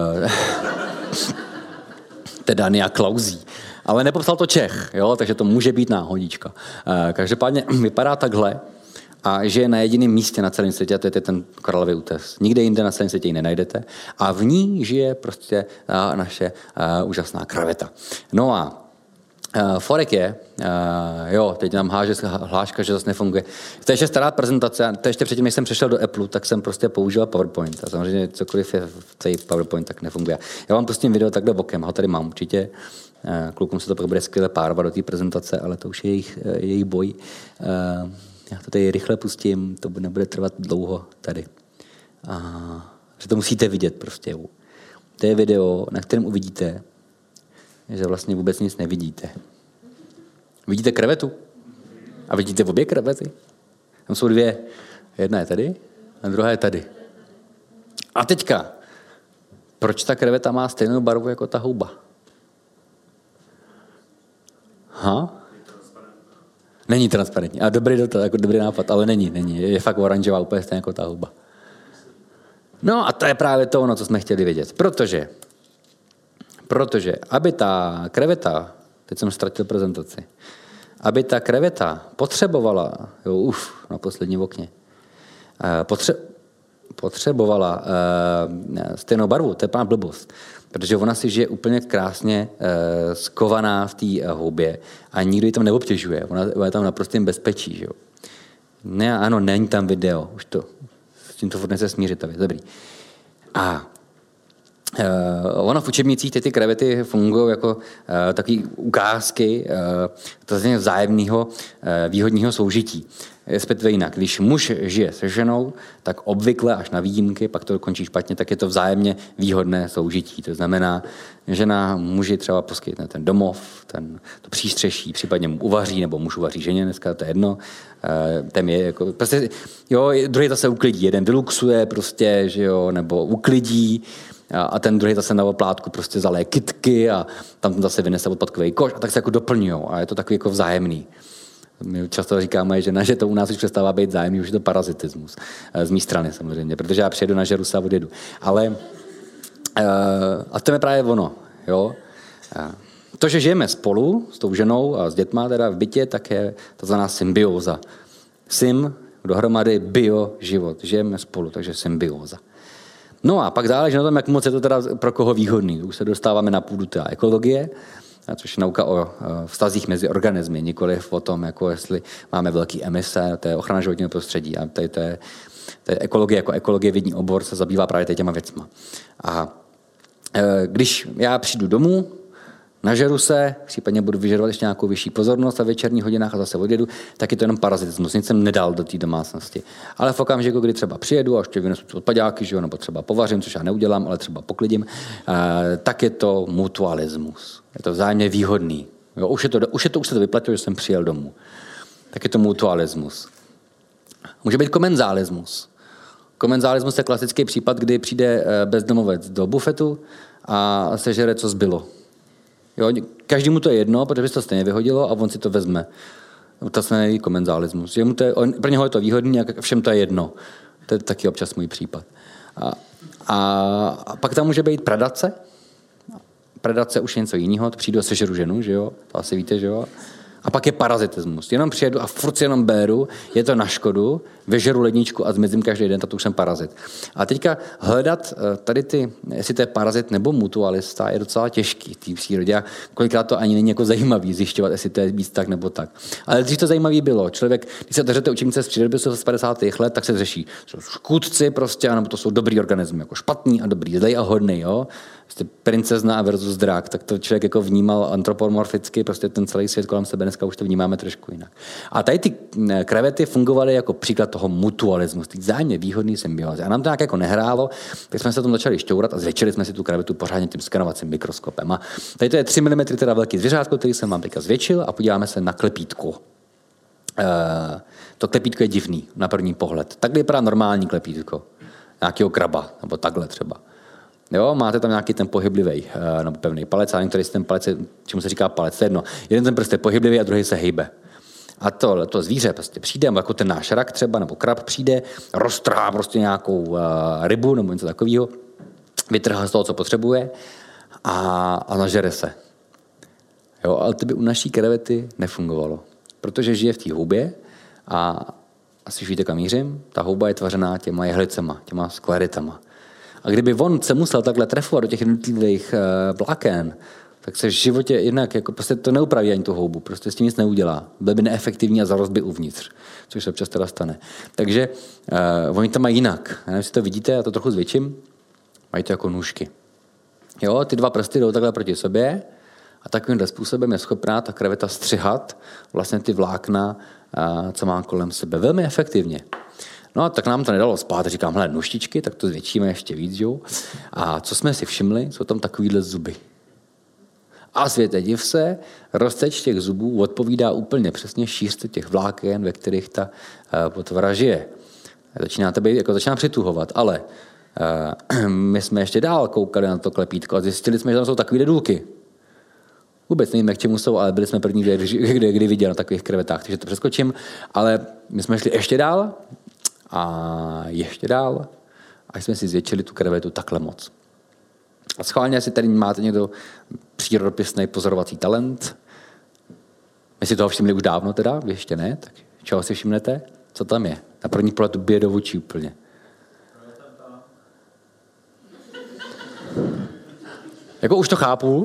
Teda Dania Klausí. Ale nepopsal to Čech, jo? Takže to může být náhodička. Každopádně vypadá takhle. A žije na jediném místě na celém světě, a to je ten koralový útes. Nikde jinde na celém světě ji nenajdete. A v ní žije prostě naše úžasná kraveta. No a forek je, jo, teď nám háže hláška, že zase nefunguje. To je ještě stará prezentace, to ještě předtím, než jsem přešel do Apple, tak jsem prostě používal PowerPoint. A samozřejmě cokoliv je v té PowerPoint, tak nefunguje. Já vám pustím video takhle bokem, ho tady mám určitě. Klukům se to pak bude skvěle párovat do té prezentace, ale to už je jejich boj. Já to tady rychle pustím, to nebude trvat dlouho tady. Že to musíte vidět prostě. To je video, na kterém uvidíte, že vlastně vůbec nic nevidíte. Vidíte krevetu? A vidíte obě krevety? Tam jsou dvě. Jedna je tady a druhá je tady. A teďka, proč ta kreveta má stejnou barvu jako ta houba? Není transparentní. A dobrý nápad, ale není. Je fakt oranžová, úplně stejně jako ta houba. No a to je právě to ono, co jsme chtěli vědět. Protože aby ta kreveta, teď jsem ztratil prezentaci, aby ta kreveta potřebovala, na posledním okně, potřebovala stejnou barvu, to je plná blbost. Protože ona si žije úplně krásně skovaná v té houbě a nikdo ji tam neobtěžuje. Ona je tam naprostým bezpečí. Že jo? Ne, ano, není tam video. Už to, s tím to furt nechce smířit. Dobrý. A Ono v učebnicích ty krevety fungují jako takové ukázky vzájemného výhodného soužití. Respektive jinak, když muž žije se ženou, tak obvykle až na výjimky, pak to končí špatně, tak je to vzájemně výhodné soužití. To znamená, žena muži třeba poskytne ten domov, to přístřeší, případně mu uvaří, nebo muž uvaří ženě, dneska to je jedno. Ten je jako, prostě, jo, druhý zase uklidí, jeden vyluxuje prostě, že jo, nebo uklidí, a ten druhý zase na oplátku prostě zaleje kytky a tam zase vynese odpadkový koš a tak se jako doplňují a je to takový jako vzájemný. My často říkáme, že to u nás už přestává být vzájemný, už je to parazitismus. Z mé strany samozřejmě, protože já přijedu na žeru se a odjedu. Ale a to je právě ono. Jo? To, že žijeme spolu s tou ženou a s dětma teda v bytě, tak je takzvaná symbióza. Sym, dohromady, bio, život. Žijeme spolu, takže symbióza. No a pak záleží na tom, jak moc je to teda pro koho výhodný. Už se dostáváme na půdu té ekologie, což je nauka o vztazích mezi organismy, nikoliv o tom, jako jestli máme velké emise, to je ochrana životního prostředí. A to je ekologie, jako ekologie vědní obor se zabývá právě těma věcma. A když já přijdu domů, nažeru se, případně budu vyžadovat ještě nějakou vyšší pozornost a večerních hodinách a zase odjedu, tak je to jenom parazitismus. Nic jsem nedal do té domácnosti. Ale v okamžiku, kdy třeba přijedu a ještě vynesu odpadáky, že jo, nebo třeba povařím, což já neudělám, ale třeba poklidím, tak je to mutualismus. Je to vzájemně výhodný. Jo, už se to vyplatilo, že jsem přijel domů. Tak je to mutualismus. Může být komenzálismus. Komenzálismus je klasický případ, kdy přijde bezdomovec do bufetu a sežere, co zbylo. Jo, každému to je jedno, protože by se to stejně vyhodilo a on si to vezme. To se neví komenzálismus. Pro něho je to výhodný a všem to je jedno. To je taky občas můj případ. A pak tam může být predace. Predace už je něco jiného, to přijdu a sežeru ženu, že jo? To asi víte, že jo? A pak je parazitismus. Jenom přijedu a furt si jenom béru, je to na škodu, vyžeru ledničku a zmizím každý den, tak už jsem parazit. A teďka hledat tady jestli to je parazit nebo mutualista, je docela těžký v té přírodě. A kolikrát to ani není jako zajímavý zjišťovat, jestli to je víc tak nebo tak. Ale dřív to zajímavý bylo. Člověk, když se držete učebnice z přírodopisu z 50. let, tak se řeší. Jsou škůdci prostě, anebo to jsou dobrý organismy, jako špatný a dobrý, zlej a hodný, jo. Prostě princezna versus drak, tak to člověk jako vnímal antropomorficky, prostě ten celý svět kolem sebe, dneska už to vnímáme trošku jinak. A tady ty krevety fungovaly jako příklad toho mutualismu, ty vzájemně výhodný symbiózy. A nám to nějak jako nehrálo, tak jsme se o tom začali šťourat a zvětšili jsme si tu krevetu pořádně tím skenovacím mikroskopem. A tady to je 3 mm teda velký zvěřátko, který jsem vám teďka zvětšil a podíváme se na klepítku. To klepítko je divný na první pohled. Tak vypadá normální klepítko. Nějakého kraba, nebo takhle třeba. Jo, máte tam nějaký ten pohyblivý nebo pevný palec, a některý ten palec, čemu se říká palec, to je jedno. Jeden ten prst je pohyblivý a druhý se hejbe. A to zvíře prostě přijde, jako ten náš rak třeba, nebo krab přijde, roztrhá prostě nějakou rybu nebo něco takového, vytrhá z toho, co potřebuje a nažere se. Jo, ale to by u naší krevety nefungovalo, protože žije v té houbě a asi víte, kam mířím, ta houba je tvořená těma jehlicema, těma skleritama. A kdyby on se musel takhle trefovat do těch jednotlivých vláken, tak se v životě jinak, jako prostě to neupraví ani tu houbu, prostě s tím nic neudělá. Byl by neefektivní a zarost by uvnitř, což se občas teda stane. Takže oni to mají jinak. Já nevím, jestli to vidíte, já to trochu zvětším. Mají to jako nůžky. Jo, ty 2 prsty jdou takhle proti sobě a takovýmhle způsobem je schopná ta kreveta střihat vlastně ty vlákna, co má kolem sebe. Velmi efektivně. No a tak nám to nedalo spát, říkám, hele, nůžtičky, tak to zvětšíme ještě víc, jo. A co jsme si všimli, jsou tam takovýhle zuby. A světe div se, rozteč těch zubů odpovídá úplně přesně šířce těch vláken, ve kterých ta potvora žije. Začíná přituhovat, ale my jsme ještě dál koukali na to klepítko a zjistili jsme, že tam jsou takovýhle důlky. Vůbec nevíme, k čemu jsou, ale byli jsme první, kdy viděli na takových krevetách, takže to přeskočím, ale my jsme šli ještě dál a ještě dál, až jsme si zvětšili tu krevetu takhle moc. A schválně, jestli tady máte někdo přírodopisný pozorovací talent, my si toho všimli už dávno teda, vy ještě ne, tak čeho si všimnete? Co tam je? Na první pohled to bije do očí úplně. Jako už to chápu.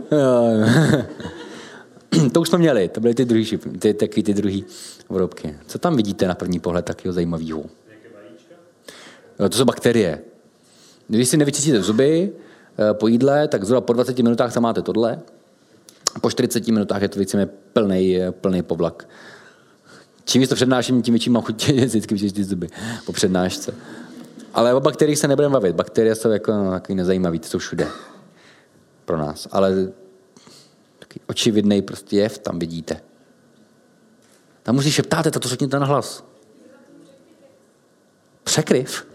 To už jsme měli, to byly ty druhý vrobky. Co tam vidíte na první pohled takového zajímavého? To jsou bakterie. Když si nevyčistíte zuby, po jídle, tak zhruba po 20 minutách tam máte tohle. Po 40 minutách je to víceméně plný povlak. Čím víc to přednáším, tím větší mám chuť vždycky vyčistit zuby po přednášce. Ale o bakteriích se nebudeme bavit. Bakterie jsou jako takový nezajímavý, ty jsou všude pro nás. Ale takový očividný prostě jev tam vidíte. Tam musíš šeptáte, to řekněte na hlas. Překryv?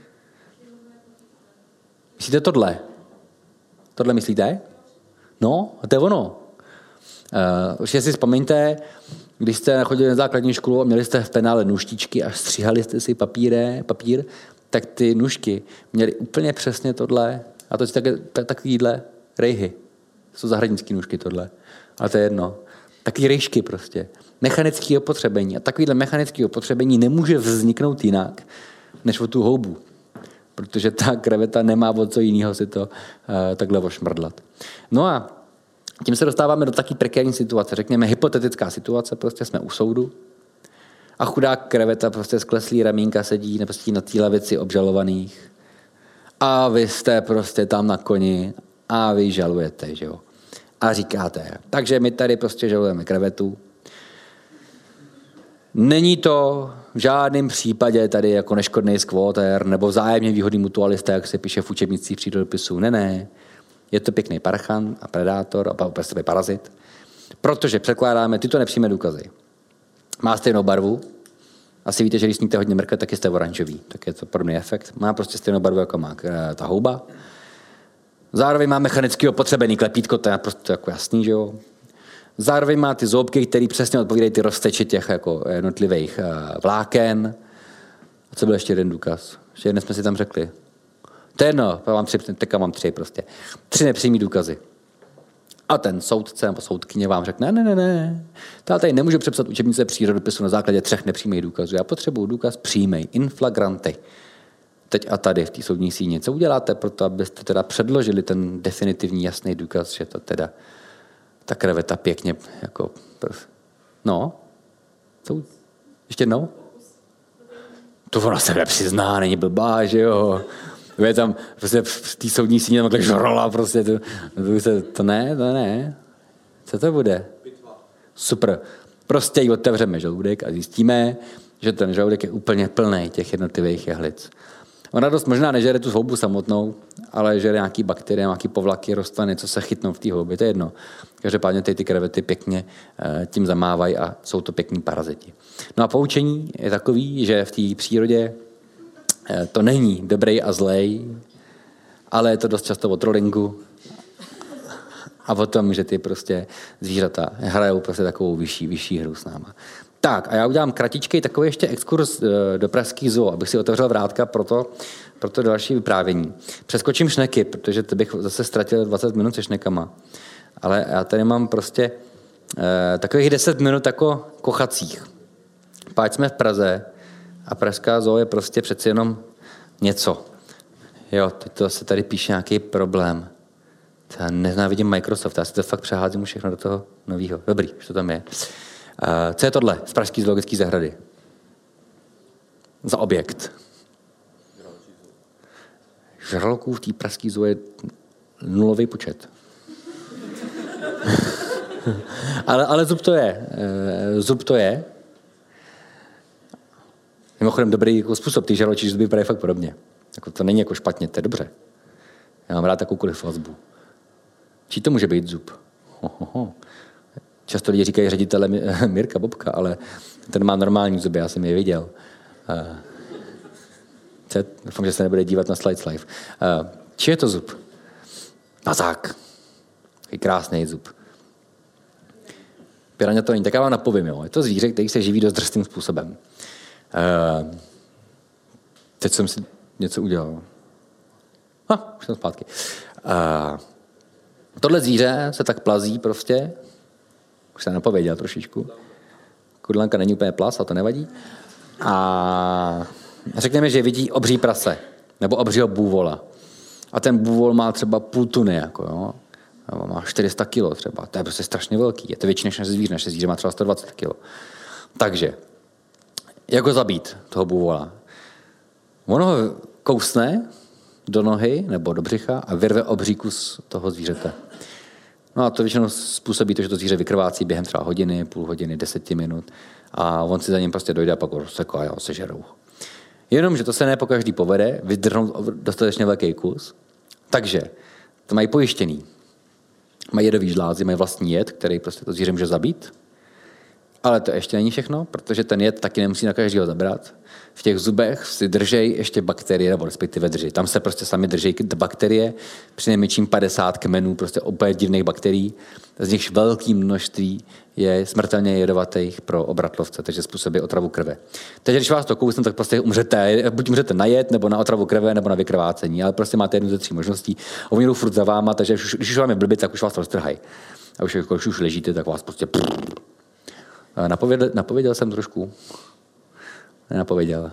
Myslíte tohle? Tohle myslíte? No, a to je ono. Určitě si vzpomeňte, když jste chodili na základní školu a měli jste v penále nůžtičky a stříhali jste si papír, tak ty nůžky měly úplně přesně tohle. A to je takovýhle rejhy. Jsou zahradnický nůžky tohle. Ale to je jedno. Takový rejšky prostě. Mechanické opotřebení. A takovýhle mechanické opotřebení nemůže vzniknout jinak, než o tu houbu. Protože ta kreveta nemá o co jiného si to takhle ošmrdlat. No a tím se dostáváme do taky prekérní situace. Řekněme hypotetická situace, prostě jsme u soudu a chudák kreveta prostě skleslý ramínka sedí prostě na té lavici obžalovaných a vy jste prostě tam na koni a vy žalujete, že jo. A říkáte, takže my tady prostě žalujeme krevetu. Není to v žádném případě tady jako neškodný skvoter nebo vzájemně výhodný mutualista, jak se píše v učebnicích přírodopisů. Ne. Je to pěkný parchant a predátor a prostě parazit, protože předkládáme tyto nepřímé důkazy. Má stejnou barvu. Asi víte, že když sníte hodně mrkve, tak jste oranžový. Tak je to podobný efekt. Má prostě stejnou barvu, jako má ta houba. Zároveň má mechanicky opotřebený klepítko, to je prostě jako jasný, že jo. Zároveň má ty zoubky, které přesně odpovídají ty rozteči těch jako jednotlivých vláken. A co byl ještě jeden důkaz? Ještě jeden jsme si tam řekli. To je jedno, teďka mám tři prostě. 3 nepřímý důkazy. A ten soudce nebo soudkyně vám řekne, ne. Já tady nemůžu přepsat učebnice přírodopisu na základě 3 nepřímých důkazů. Já potřebuju důkaz přímý, in flagranti. Teď a tady v té soudní síni. Co uděláte pro to, abyste teda předložili ten definitivní jasný důkaz, že to teda ta kreveta pěkně jako... No? Co? Ještě jednou? To ona se nepřizná, není blbá, že jo? Je tam prostě v té soudní síně takhle žrala prostě. To ne. Co to bude? Super. Prostě ji otevřeme žaludek a zjistíme, že ten žaludek je úplně plný těch jednotlivých jehlic. Ona dost možná nežere tu houbu samotnou, ale žere nějaký bakterie, nějaký povlaky, rostliny, co se chytnou v té houbě, to je jedno. Každopádně ty krevety pěkně tím zamávají a jsou to pěkní paraziti. No a poučení je takový, že v té přírodě to není dobrý a zlej, ale je to dost často o trollingu a o tom, že ty prostě zvířata hrajou prostě takovou vyšší hru s náma. Tak a já udělám kratičkej takový ještě exkurs do pražský zoo, abych si otevřel vrátka pro to další vyprávění. Přeskočím šneky, protože to bych zase ztratil 20 minut se šnekama. Ale já tady mám prostě takových 10 minut jako kochacích. Páč jsme v Praze a pražská zoo je prostě přeci jenom něco. Jo, to se tady píše nějaký problém. Já nenávidím Microsoft, já si to fakt přeházím všechno do toho novýho. Dobrý, už to tam je. Co je tohle z pražské zoologické zahrady? Za objekt. Žraloků v té pražské zoo je nulový počet. ale zub to je. Zub to je. Mimochodem dobrý jako způsob, ty žraločí zuby vypadají fakt podobně. Jako to není jako špatně, to je dobře. Já mám rád takovoukoliv vazbu. Čí to může být zub? Často lidi říkají ředitele Mirka Bobka, ale ten má normální zuby, já jsem je viděl. Doufám, že se nebude dívat na Slides Live. Či je to zub? Mazák. Takový krásný zub. Piraňa to není, tak já vám napovím. Jo. Je to zvíře, který se živí dost drsným způsobem. Teď jsem si něco udělal. Už jsem zpátky. Tohle zvíře se tak plazí prostě. Už jsem napověděl trošičku. Kudlanka není úplně plas, a to nevadí. A řekněme, že vidí obří prase. Nebo obřího bůvola. A ten bůvol má třeba půl tuny. Jako, jo. Má 400 kilo třeba. To je prostě strašně velký. Je to větší než naše zvíře. Naše zvíře má třeba 120 kilo. Takže, jak ho zabít, toho bůvola? Ono ho kousne do nohy nebo do břicha a vyrve obří kus toho zvířete. No a to většinou způsobí to, že to zvíře vykrvácí během třeba hodiny, půl hodiny, 10 minut a on si za ním prostě dojde a pak ho rozseká a sežerou. Jenom, že to se ne po každý povede, vydrhnout dostatečně velký kus, takže to mají pojištěný. Mají jedový žlázy, mají vlastní jed, který prostě to zvíře může zabít. Ale to ještě není všechno, protože ten jed taky nemusí na každého zabrat. V těch zubech si držej ještě bakterie, nebo respektive drží. Tam se prostě sami drží bakterie, přinejmenším 50 kmenů prostě úplně divných bakterií. Z nich velké množství je smrtelně jedovatých pro obratlovce, takže způsobí otravu krve. Takže když vás to kousne, tak prostě umřete, buď umřete na jed, nebo na otravu krve, nebo na vykrvácení, ale prostě máte jednu ze 3 možností. A oni jdou furt za váma, takže když už vám je blbě, tak už vás roztrhají. A když už ležíte, tak vás prostě... Napověděl jsem trošku. Nenapověděl.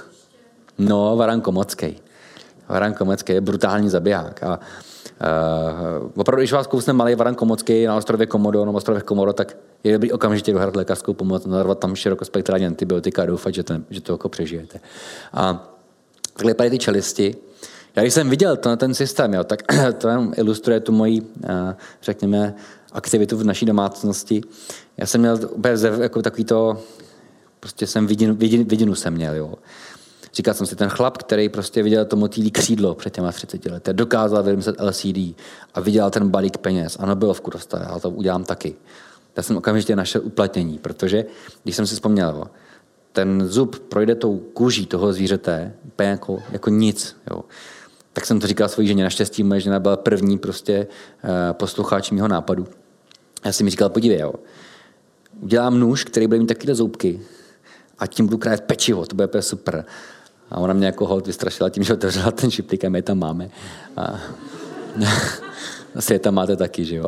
No, Varan Komocký. Varan Komocký je brutální zabiják. A opravdu, když vás kousne malý Varan Komocký na ostrově Komodo, tak je dobrý okamžitě dohledat lékařskou pomoc, nadarvat tam širokospektrální antibiotika a doufat, že to jako přežijete. A takhle padají ty čelisti. Já když jsem viděl ten systém, jo, tak to jenom ilustruje tu moji, řekněme, aktivitu v naší domácnosti. Já jsem měl úplně jako takový to, prostě jsem vidinu jsem měl, jo. Říkal jsem si, ten chlap, který prostě viděl to motýlí křídlo před těma 30 lety, dokázal vymyslet LCD a viděl ten balík peněz a Nobelovku dostal, já to udělám taky. Já jsem okamžitě našel uplatnění, protože, když jsem si vzpomněl, ten zub projde tou kůží toho zvířete jako nic, jo. Tak jsem to říkal svojí ženě, naštěstí moje žena byla první prostě posluchač mýho nápadu. Já jsem mi říkal, podívej, jo, udělám nůž, který bude mít takové zoubky a tím budu krájet pečivo, to bude super. A ona mě jako holt vystrašila tím, že otevřela ten šiplik a my je tam máme. A asi je tam máte taky, že jo,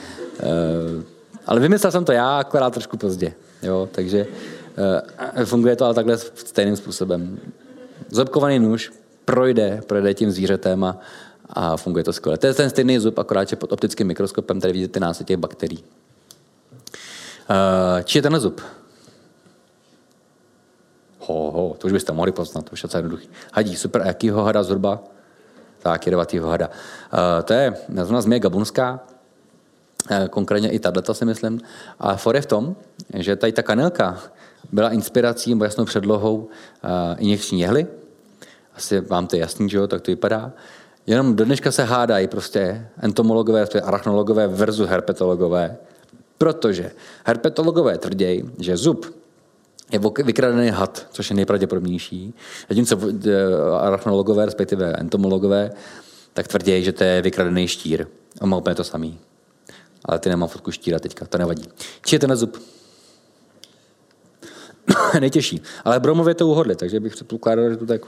ale vymyslel jsem to já, akorát trošku pozdě, jo, takže funguje to ale takhle stejným způsobem. Zoubkovaný nůž projde tím zvířetem a funguje to skvěle. To je ten stejný zub, akorát že pod optickým mikroskopem tady vidíte následně těch bakterií. Či je tenhle zub? To už byste mohli poznat, to už je docela jednoduchý. Hadí, super, a jakýho hada zhruba? Tak, jedovatýho hada. To je nazvaná zmije gabunská, konkrétně i tato si myslím. A for je v tom, že tady ta kanelka byla inspirací nebo jasnou předlohou injekční jehly. Asi vám to je jasný, že jo, tak to vypadá. Jenom do dneška se hádají prostě entomologové, arachnologové versus herpetologové, protože herpetologové tvrdí, že zub je vykradený had, což je nejpravděpodobnější. Zatímco arachnologové, respektive entomologové, tak tvrdí, že to je vykradený štír. A má úplně to samý. Ale ty nemám fotku štíra teďka, to nevadí. Či je ten zub? Nejtěžší. Ale Bromově to uhodli, takže bych předpokládal, že to tak...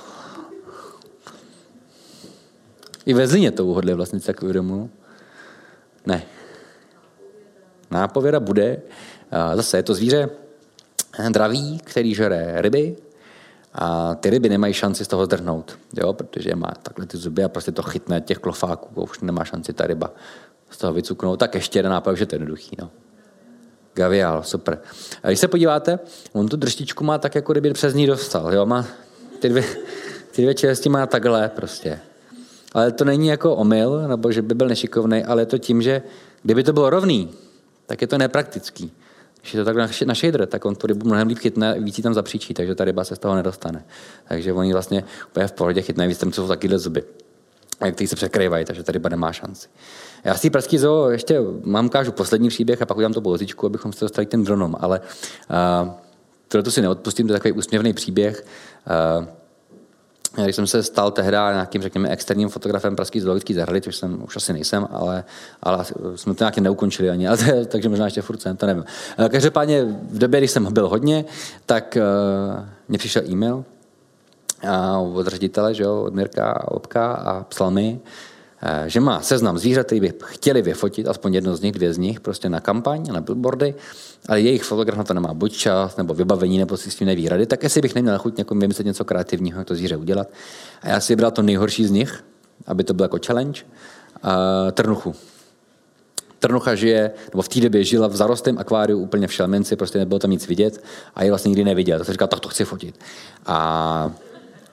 I ve Zlíně to uhodli vlastně, tak uvědomuji. Ne. Nápověda bude. Zase je to zvíře dravý, který žere ryby a ty ryby nemají šanci z toho zdrhnout, jo, protože má takhle ty zuby a prostě to chytne těch klofáků a už nemá šanci ta ryba z toho vycuknout. Tak ještě jeden nápad, že to je jednoduchý. No. Gavial, super. A když se podíváte, on tu drštičku má tak, jako kdyby přes ní dostal. Jo? Má ty dvě čelisti má takhle prostě. Ale to není jako omyl, nebo že by byl nešikovnej, ale je to tím, že kdyby to bylo rovný, tak je to nepraktický. Když je to takhle na shader, tak on tu rybu mnohem líp chytne, víc jí tam zapříčí, takže ta ryba se z toho nedostane. Takže oni vlastně úplně v pohodě chytne, víc tam jsou takovýhle zuby, který se překrývají, takže ta ryba nemá šanci. Já z té pražský zoo ještě ukážu poslední příběh a pak udělám to pouzičku, abychom se dostali k těm dronom, ale tohle si neodpustím, to je takový úsměvný příběh. Když jsem se stal tehdy nějakým, řekněme, externím fotografem pražský zoologický zahrady, což jsem už asi nejsem, ale jsme to nějakým neukončili ani, takže možná ještě furt jsem, to nevím. Každopádně v době, když jsem byl hodně, tak mě přišel e-mail od ředitele, že jo, od Mirka Opka a psal mi, že má seznam zvířat, který by chtěli vyfotit, aspoň jedno z nich, 2 z nich, prostě na kampaň, na billboardy, ale jejich fotograf na to nemá buď čas, nebo vybavení, nebo si s tím neví rady, tak jestli bych neměl chuť někomu vymyslet něco kreativního, jak to zvíře udělat. A já si vybral to nejhorší z nich, aby to byl jako challenge, trnuchu. Trnucha žije, nebo v té době žila v zarostlém akváriu úplně v šelmenci, prostě nebylo tam nic vidět a ji vlastně nikdy neviděl. Tak jsem říkal, tak to chci fotit. A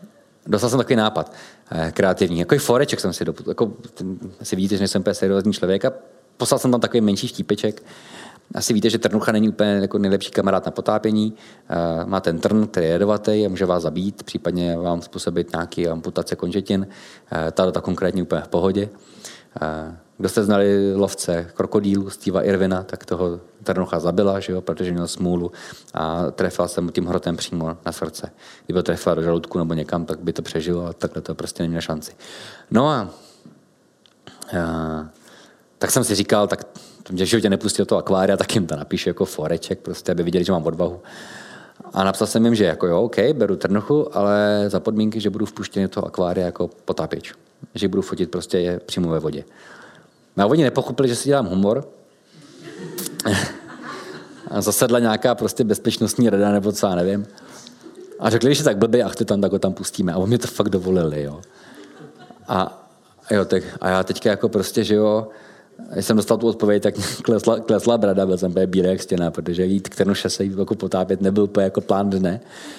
dostal jsem takový nápad kreativní. Jako foreček jsem si asi vidíte, že nejsem úplně seriózní člověk a poslal jsem tam takový menší štípeček. Asi víte, že trnucha není úplně jako nejlepší kamarád na potápění. Má ten trn, který je jedovatý a může vás zabít, případně vám způsobit nějaké amputace končetin. Ta konkrétně úplně v pohodě. Kdo jste znali lovce krokodýlů Steva Irwina, tak toho trnucha zabila, že jo, protože měl smůlu a trefila se mu tím hrotem přímo na srdce. Kdyby to trefila do žaludku nebo někam, tak by to přežilo a takhle to prostě nemělo šanci. No a tak jsem si říkal, tak mě v životě nepustí do toho akvária, tak jim to napíšu jako foreček, prostě, aby viděli, že mám odvahu. A napsal jsem jim, že jako jo, OK, beru trnuchu, ale za podmínky, že budu vpuštěný do toho akvária jako potápěč. Že budu fotit prostě je přímo ve vodě. A oni nepochopili, že si dělám humor. A zasedla nějaká prostě bezpečnostní rada, nebo co, já nevím. A řekli, že tak blbý, ach, tak ho tam pustíme. A oni mě to fakt dovolili, jo. A já teďka jako prostě, že jo, když jsem dostal tu odpověď, tak klesla brada, byl jsem úplně bílý jak stěna, protože jít k Trnuše se jít jako potápět nebyl úplně jako plán dne.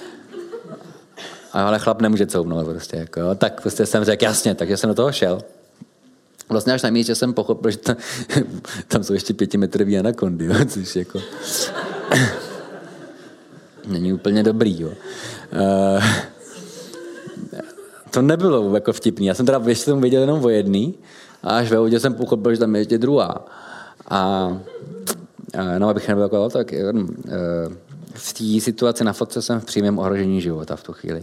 Ale chlap nemůže couvnout prostě, jako, jo. Tak prostě jsem řekl jasně, takže jsem do toho šel. Vlastně až na místě jsem pochopil, že tam jsou ještě 5metrový anakondy, jo, což jako není úplně dobrý. Jo. To nebylo jako vtipný. Já jsem teda ještě tomu věděl jenom o jedný a až ve vodě jsem pochopil, že tam je ještě druhá. No, abych nebyl jako tak v té situaci na fotce jsem v přímém ohrožení života v tu chvíli.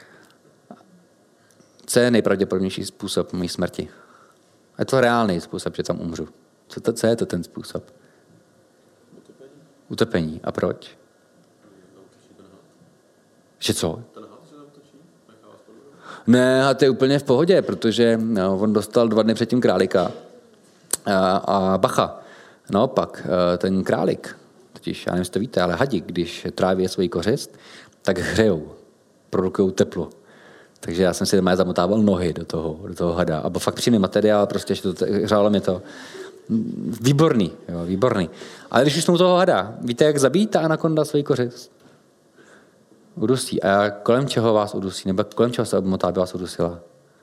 Co je nejpravděpodobnější způsob mé smrti? Je to reálný způsob, že tam umřu. Co je to ten způsob? Utopení. A proč? Že co? Ne, a to je úplně v pohodě, protože on dostal 2 dny předtím králíka. A bacha. Naopak, ten králík, totiž, já nevím, jestli to víte, ale hadi, když tráví svoji kořist, tak hřejou, produkují teplo. Takže já jsem si doma zamotával nohy do toho hada. A byl fakt přímý materiál, prostě, že to hřálo mě to. Výborný, jo, výborný. Ale když už jsme u toho hada, víte, jak zabít ta anakonda svoji kořist? Udusí. A kolem čeho vás udusí? Nebo kolem čeho se obmotá, aby vás udusila?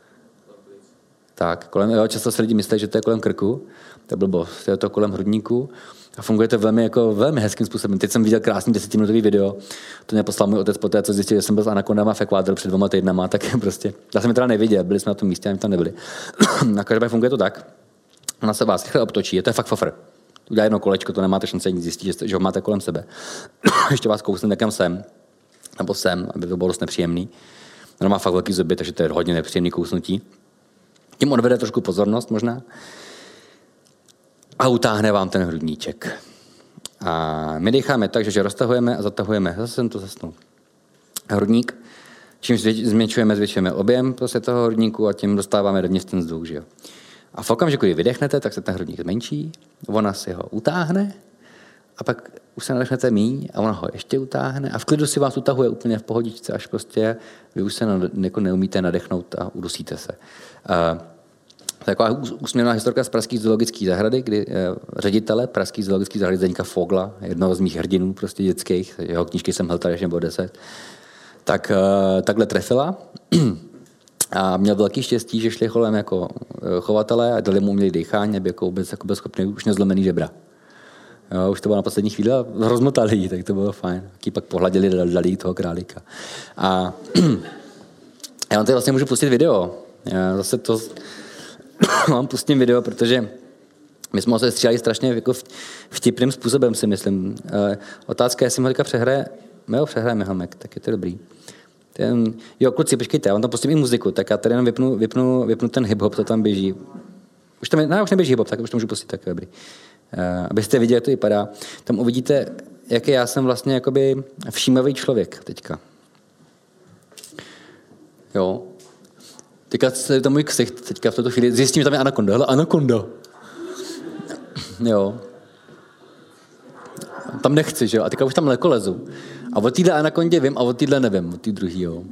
Tak, často se lidi myslí, že to je kolem krku, to je blbost, je to kolem hrudníku a funguje to velmi hezkým způsobem. Teď jsem viděl krásný 10minutový video, to mě poslal můj otec poté, co zjistil, že jsem byl s anakondama v Ekvádoru před 2 týdnama, tak prostě, já jsem je teda neviděl, byli jsme na tom místě, a my tam nebyli. Na každém funguje to tak, ona se vás rychle obtočí, je to fakt fofr. Udělá jedno kolečko, to nemáte šanci nic zjistit, že ho máte kolem sebe. Ještě vás kousne někam sem, nebo sem, aby to bylo dost nepříjemný. Ono má fakt velký zuby, takže to je hodně nepříjemný kousnutí. Tím odvede trošku pozornost možná a utáhne vám ten hrudníček. A my decháme tak, že roztahujeme a zatahujeme. Zase jsem to zasnul. Hrudník, čím zvětšujeme objem prostě toho hrudníku a tím dostáváme dovnitř ten vzduch. Že jo? A v okamžiku, kdy vydechnete, tak se ten hrudník zmenší, ona si ho utáhne a pak už se nadechnete míň a ona ho ještě utáhne a v klidu si vás utahuje úplně v pohodičce, až prostě vy už se jako neumíte nadechnout a udusíte se. Taková úsměvná historka z Pražské zoologické zahrady, kdy ředitele Pražské zoologické zahrady Zdeňka Fogla, jednoho z mých hrdinů prostě dětských, jeho knížky jsem hltal, když nebylo 10, tak takhle trefila a měl velký štěstí, že šli kolem jako chovatelé a dali mu umělý dýchání, aby jako vůbec jako byl schopný už nezlomený žebra. Jo, už to bylo na poslední chvíli a rozmotali jí, tak to bylo fajn. Taky pak pohladili, dali toho králíka. A já vám tady vlastně můžu pustit video. Já zase to vám pustím video, protože my jsme ho se stříleli strašně jako vtipným způsobem, si myslím. Otázka je, jestli Monika přehraje. Jo, přehrajeme ho, tak je to dobrý. Jo, kluci, počkejte, já vám tam pustím i muziku, tak já tady jenom vypnu ten hip-hop, co tam běží. Už neběží hip-hop, tak už to můžu pustit, tak je dobrý. Abyste viděli, jak to vypadá. Tam uvidíte, jaký já jsem vlastně jakoby všímavý člověk teďka. Jo. Teďka je to můj ksicht, teďka v této chvíli zjistím, že tam je anakonda. Hele, anakonda. Jo. Tam nechci, že jo. A teďka už tam lehko lezu. A o téhle anakondě vím a o téhle nevím, o té druhý, jo.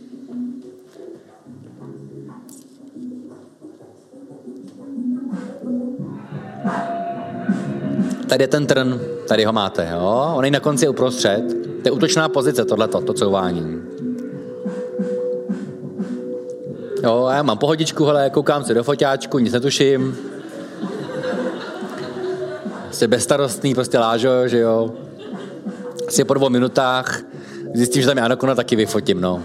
Tady je ten trn, tady ho máte, jo. On je na konci uprostřed. To je útočná pozice, tohleto, to couvání. Jo, já mám pohodičku, hele, koukám se do foťáčku, nic netuším. Jsi bezstarostný, prostě lážo, že jo. Asi po 2 minutách zjistím, že tam já nakonec taky vyfotím, no.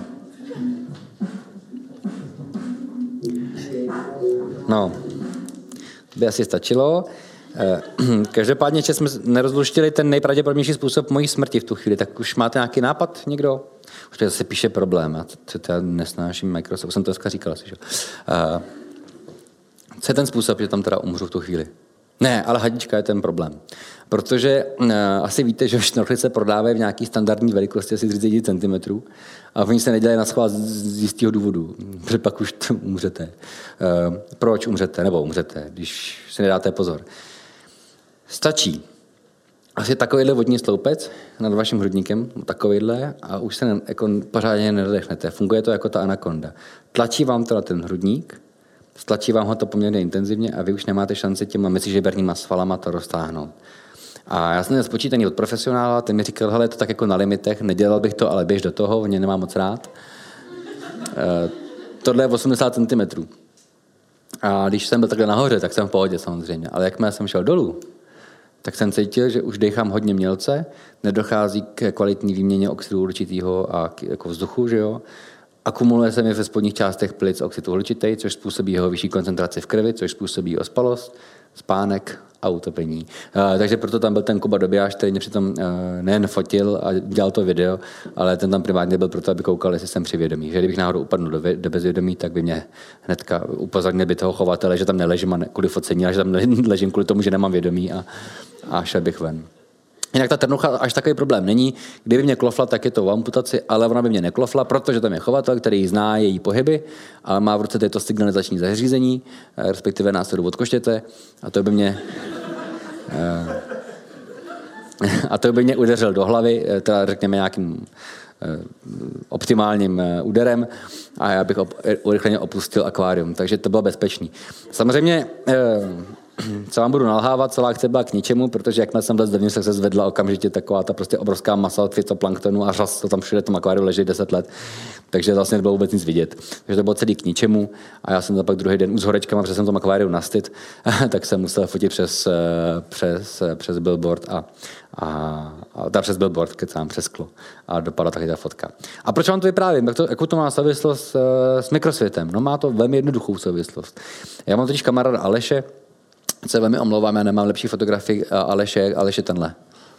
No, to by asi stačilo. Každopádně, že jsme nerozluštili ten nejpravděpodobnější způsob mojí smrti v tu chvíli, tak už máte nějaký nápad někdo? Už to zase píše problém, to já nesnáším Microsoft, jsem to dneska říkal asi, že? Co je ten způsob, že tam teda umřu v tu chvíli? Ne, ale hadička je ten problém. Protože asi víte, že šnorchly se prodávají v nějaký standardní velikosti asi 30 cm a oni se nedělají na schvál z jistého důvodu, protože pak už umřete. Proč umřete? Nebo umřete, když si nedáte pozor. Stačí asi takovýhle vodní sloupec nad vaším hrudníkem, takovýhle, a už se jako pořádně nedechnete. Funguje to jako ta anakonda. Tlačí vám to na ten hrudník, stlačí vám ho to poměrně intenzivně a vy už nemáte šanci těma mezižeberníma svalama to roztáhnout. A já jsem měl spočítaný od profesionála, ten mi říkal, hele, je to tak jako na limitech, nedělal bych to, ale běž do toho, mě nemám moc rád. Tohle je 80 cm. A když jsem byl takhle nahoře, tak jsem v pohodě samozřejmě. Ale jakmile jsem šel dolů, tak jsem cítil, že už dechám hodně mělce, nedochází k kvalitní výměně oxidu uhličitého a jako vzduchu, že jo. Akumuluje se mi ve spodních částech plic oxid uhličitý, což způsobí jeho vyšší koncentraci v krvi, což způsobí ospalost, spánek a utopení. Takže proto tam byl ten Kuba Dobijáš, který mě přitom nejen fotil a dělal to video, ale ten tam primárně byl proto, aby koukal, jestli jsem při vědomí. Že kdybych náhodou upadl do bezvědomí, tak by mě hnedka upozornil by toho chovatele, že tam neležím a kvůli focení, ale že tam ležím kvůli tomu, že nemám vědomí a šel bych ven. Jinak ta trnucha až takový problém není. Kdyby mě klofla, tak je to v amputaci, ale ona by mě neklofla, protože tam je chovatel, který zná její pohyby a má v ruce této signalizační zařízení, respektive následu odkoštěte a to by mě udeřil do hlavy, teda řekněme nějakým optimálním úderem a já bych urychleně opustil akvárium, takže to bylo bezpečný. Samozřejmě co vám budu nalhávat, celá akce byla k ničemu, protože jakmile jsem vlez dovnitř, tak se zvedla okamžitě taková ta prostě obrovská masa fytoplanktonu a řas to tam všude v tom akváriu leží 10 let. Takže vlastně nebylo vůbec nic vidět. Takže to bylo celý k ničemu a já jsem tam pak druhý den už s horečkama, protože jsem v tom akváriu nastyt, tak jsem musel fotit přes billboard přes billboard, kecám, přes sklo a dopadla taky ta fotka. A proč vám to vyprávím? Jakou to má souvislost s mikrosvětem? No má to velmi jednoduchou souvislost. Já mám totiž kamaráda Aleše, se velmi omlouvám, já nemám lepší fotografii Aleš je tenhle.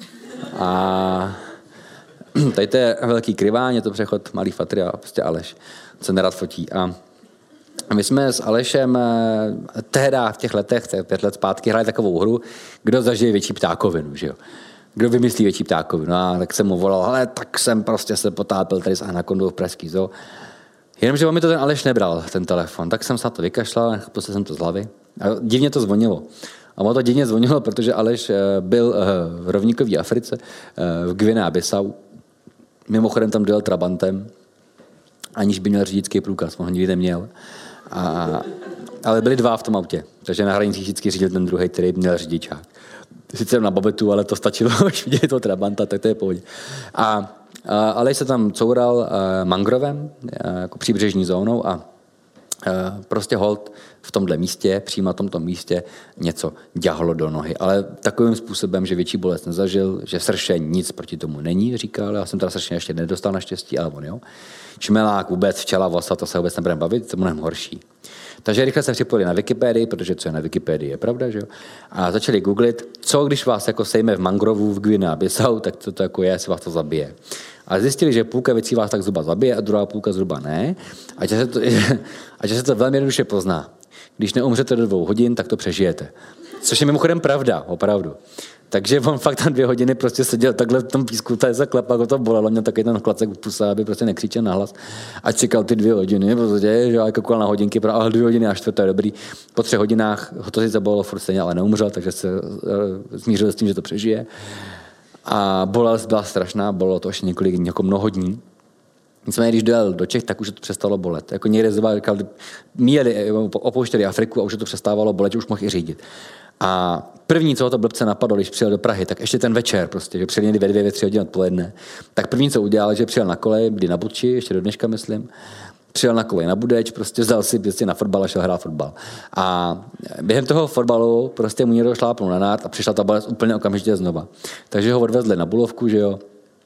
A tady to je velký kryván, je to přechod malý Fatry a prostě Aleš se nerad fotí. A my jsme s Alešem tehda v těch letech, 5 let zpátky, hráli takovou hru, kdo zažije větší ptákovinu, že jo? Kdo vymyslí větší ptákovinu. A tak jsem mu volal, ale tak jsem prostě se potápil tady s anakondou v pražský zoo. Jenomže on mi to ten Aleš nebral, ten telefon. Tak jsem se na to vykašlal, prostě jsem to z hlavy. A divně to zvonilo. A ono to divně zvonilo, protože Aleš byl v rovníkové Africe, v Guinea-Bissau. Mimochodem tam dojel trabantem, aniž by měl řidičský průkaz, on ho nikdy neměl. Ale byli 2 v tom autě, takže na hranicích vždycky řídil ten druhý, který měl řidičák. Sice na babetu, ale to stačilo, už viděli toho trabanta, tak to je pohodě. A Aleš se tam coural mangrovem, jako příbřežní zónou a prostě hold v tomhle místě, přímo na tomto místě něco ďahlo do nohy. Ale takovým způsobem, že větší bolest nezažil, že sršeň nic proti tomu není, říkal. Já jsem teda sršeň ještě nedostal naštěstí, ale on jo. Čmelák, vůbec, včela, vosa, to se vůbec nebudeme bavit, to je mnohem horší. Takže rychle se připojili na Wikipedii, protože co je na Wikipedii je pravda, že jo? A začali googlit, co když vás jako sejme v mangrovu v Guinea-Bissau, tak to jako je, jestli vás to zabije. A zjistili, že půlka věcí vás tak zhruba zabije a druhá půlka zhruba ne. A že se to velmi jednoduše pozná. Když neumřete do 2 hodin, tak to přežijete. Což je mimochodem pravda, opravdu. Takže on fakt tam 2 hodiny prostě seděl takhle v tom písku, tady se klepal, jako to bolelo, měl takový ten klacek v puse, aby prostě nekřičel nahlas. A čekal ty 2 hodiny, prostě, že jako koukal na hodinky, ale 2 hodiny a 4 je dobrý. Po 3 hodinách ho to sice bolelo furt stejně, ale neumřel, takže se smířil s tím, že to přežije. A bolest byla strašná, bolelo to až několik mnoho dní. Nicméně, když dojel do Čech, tak už to přestalo bolet. Jako někde zhruba říkal, míjeli, opouštěli Afriku a už to přestávalo bolet, že už mohl i řídit. A první, co ho to blbce napadlo, když přijel do Prahy, tak ještě ten večer, prostě, že přijeli ve 2, 3 hodiny odpoledne, tak první, co udělal, že přijel na kole, kdy na Buči, ještě do dneška myslím, přijel na kolej na Budeč, prostě vzal si prostě na fotbal a šel hrát fotbal. A během toho fotbalu prostě mu někdo šlápnul na nárt a přišla ta bolest úplně okamžitě znova. Takže ho odvezli na Bulovku, že jo.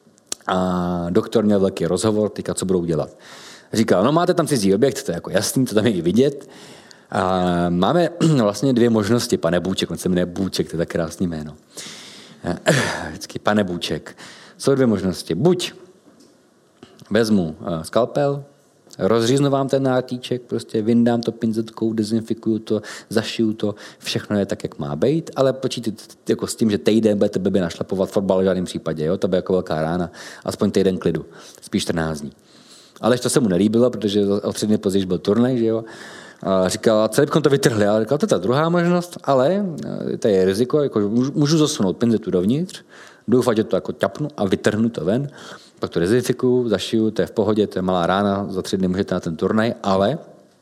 A doktor měl velký rozhovor, teďka co budou dělat. Říkal, no máte tam cizí objekt, to je jako jasný, to tam je i vidět. A máme vlastně 2 možnosti, pane Bůček, on se jmenuje Bůček, to je tak krásný jméno. Vždycky pane Bůček. Jsou 2 možnosti. Buď vezmu skalpel, rozříznu vám ten nártíček, prostě vyndám to pinzetkou, dezinfikuju to, zašiju to, všechno je tak, jak má být, ale počítejte jako s tím, že týden budete blbě našlapovat fotbal v žádném případě, jo? To bude jako velká rána, aspoň týden klidu, spíš 14 dní. Ale to se mu nelíbilo, protože o 3 dny později byl turnaj, že jo. A říkal, a celý bychom to vytrhli. A říkal, to je ta druhá možnost, ale to je riziko, jako můžu zasunout pinzetu dovnitř, doufat, že to jako ťapnu a vytrhnu to ven, pak to dezinfikuju, zašiju, to je v pohodě, to je malá rána, za 3 dny můžete na ten turnaj, ale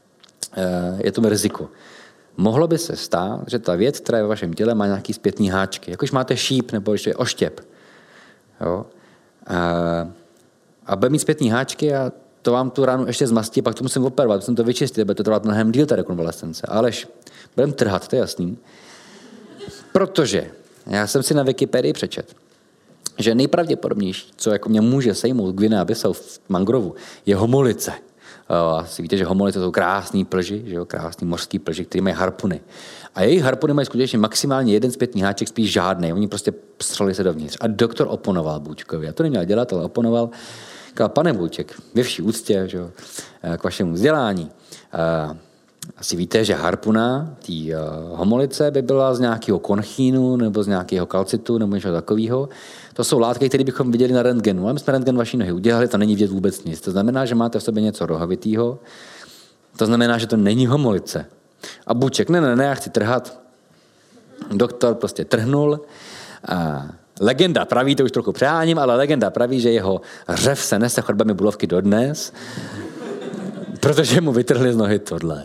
je to riziko. Mohlo by se stát, že ta věc, která je ve vašem těle, má nějaký zpětný háčky. Jako když máte šíp nebo ještě oštěp. Jo? A bude mít zpětný háčky a to vám tu ránu ještě zmastí, pak to musím operovat, musím to vyčistit, bude to trvat mnohem díl ta rekonvalescence. Alež budeme trhat, to je jasný. Protože já jsem si na Wikipedii přečet, že nejpravděpodobnější, co jako mě může sejmout Guinea-Bissau v mangrovu, je homolice. Asi víte, že homolice jsou krásný plži, že jo, krásný mořský plži, který mají harpuny. A jejich harpuny mají skutečně maximálně 1 zpětný háček, spíš žádný. Oni prostě střelili se dovnitř. A doktor oponoval Bůčkovi. Já to neměl dělat, ale oponoval. Říkal, pane Bůček, ve vší úctě, že jo, k vašemu vzdělání. Asi víte, že harpuna té homolice by byla z nějakého konchínu nebo z nějakého kalcitu nebo něco takového. To jsou látky, které bychom viděli na rentgenu. Ale my jsme rentgen vaší nohy udělali, to není vidět vůbec nic. To znamená, že máte v sobě něco rohovitého. To znamená, že to není homolice. A Bůček, ne, já chci trhat. Doktor prostě trhnul. Legenda praví, to už trochu přeháním, ale legenda praví, že jeho řev se nese chodbami Bulovky dodnes, protože mu vytrhli z nohy tohle.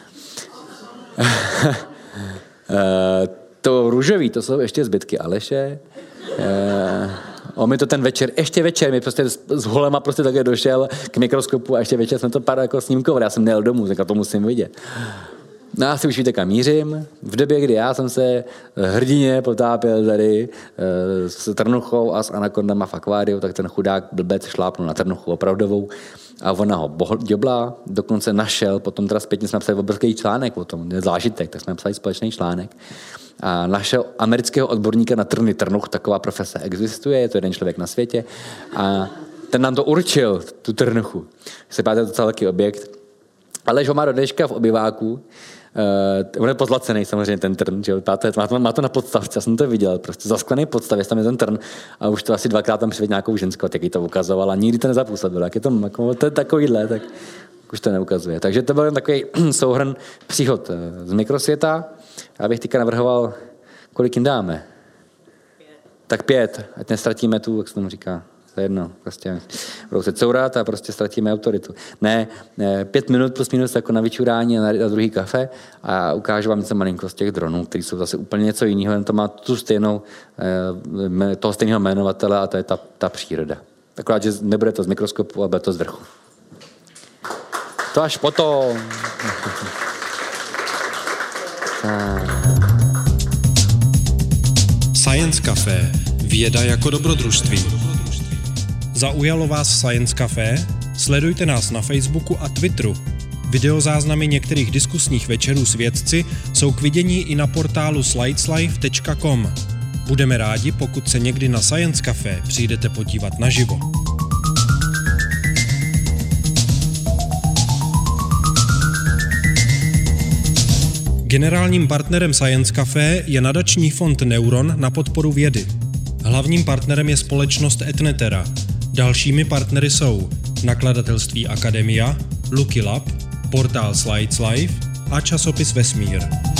To růžový, to jsou ještě zbytky Aleše. On mi to ten večer, ještě večer mi prostě s holema prostě také došel k mikroskopu a ještě večer jsme to pár jako snímkovali. Já jsem nejel domů, tak to musím vidět. No asi už víte, kam mířím. V době, kdy já jsem se hrdině potápěl tady s trnuchou a s anakondama v akváriu, tak ten chudák blbec šlápnul na trnuchu opravdovou a ona ho děbla, dokonce našel, potom teda zpětně jsme napsali obrovský článek o tom, zážitek, tak jsme napsali společný článek a našel amerického odborníka na trny trnuch, taková profese existuje, je to jeden člověk na světě a ten nám to určil, tu trnuchu. Se páte, to docela velký objekt, ale že ho má do dneška v obyváku. On je pozlacený samozřejmě ten trn, že má to na podstavce, já jsem to viděl, prostě zasklený podstavě, tam je ten trn a už to asi 2krát tam přivedl nějakou ženskou, tak jí to ukazoval a nikdy to nezapůsobil, jak je to, jako, to je takovýhle, tak už to neukazuje. Takže to byl jen takový souhrn příhod z mikrosvěta. Já bych teďka navrhoval, kolik jim dáme? 5. Tak 5, ať nestratíme tu, jak se tomu říká. To je jedno, prostě budou se courat a prostě ztratíme autoritu. Ne, 5 minut plus minus jako na vyčurání a na druhý kafe a ukážu vám něco malinko z těch dronů, který jsou zase úplně něco jiného, jen to má tu stejnou, toho stejného jmenovatele a to je ta příroda. Akorát, že nebude to z mikroskopu, ale bude to z vrchu. To až potom. Science Café. Věda jako dobrodružství. Zaujalo vás Science Café? Sledujte nás na Facebooku a Twitteru. Videozáznamy některých diskusních večerů s vědci jsou k vidění i na portálu slideslife.com. Budeme rádi, pokud se někdy na Science Café přijdete podívat naživo. Generálním partnerem Science Café je nadační fond Neuron na podporu vědy. Hlavním partnerem je společnost Etnetera. Dalšími partnery jsou nakladatelství Akademia, Lucky Lab, portál Slides Life a časopis Vesmír.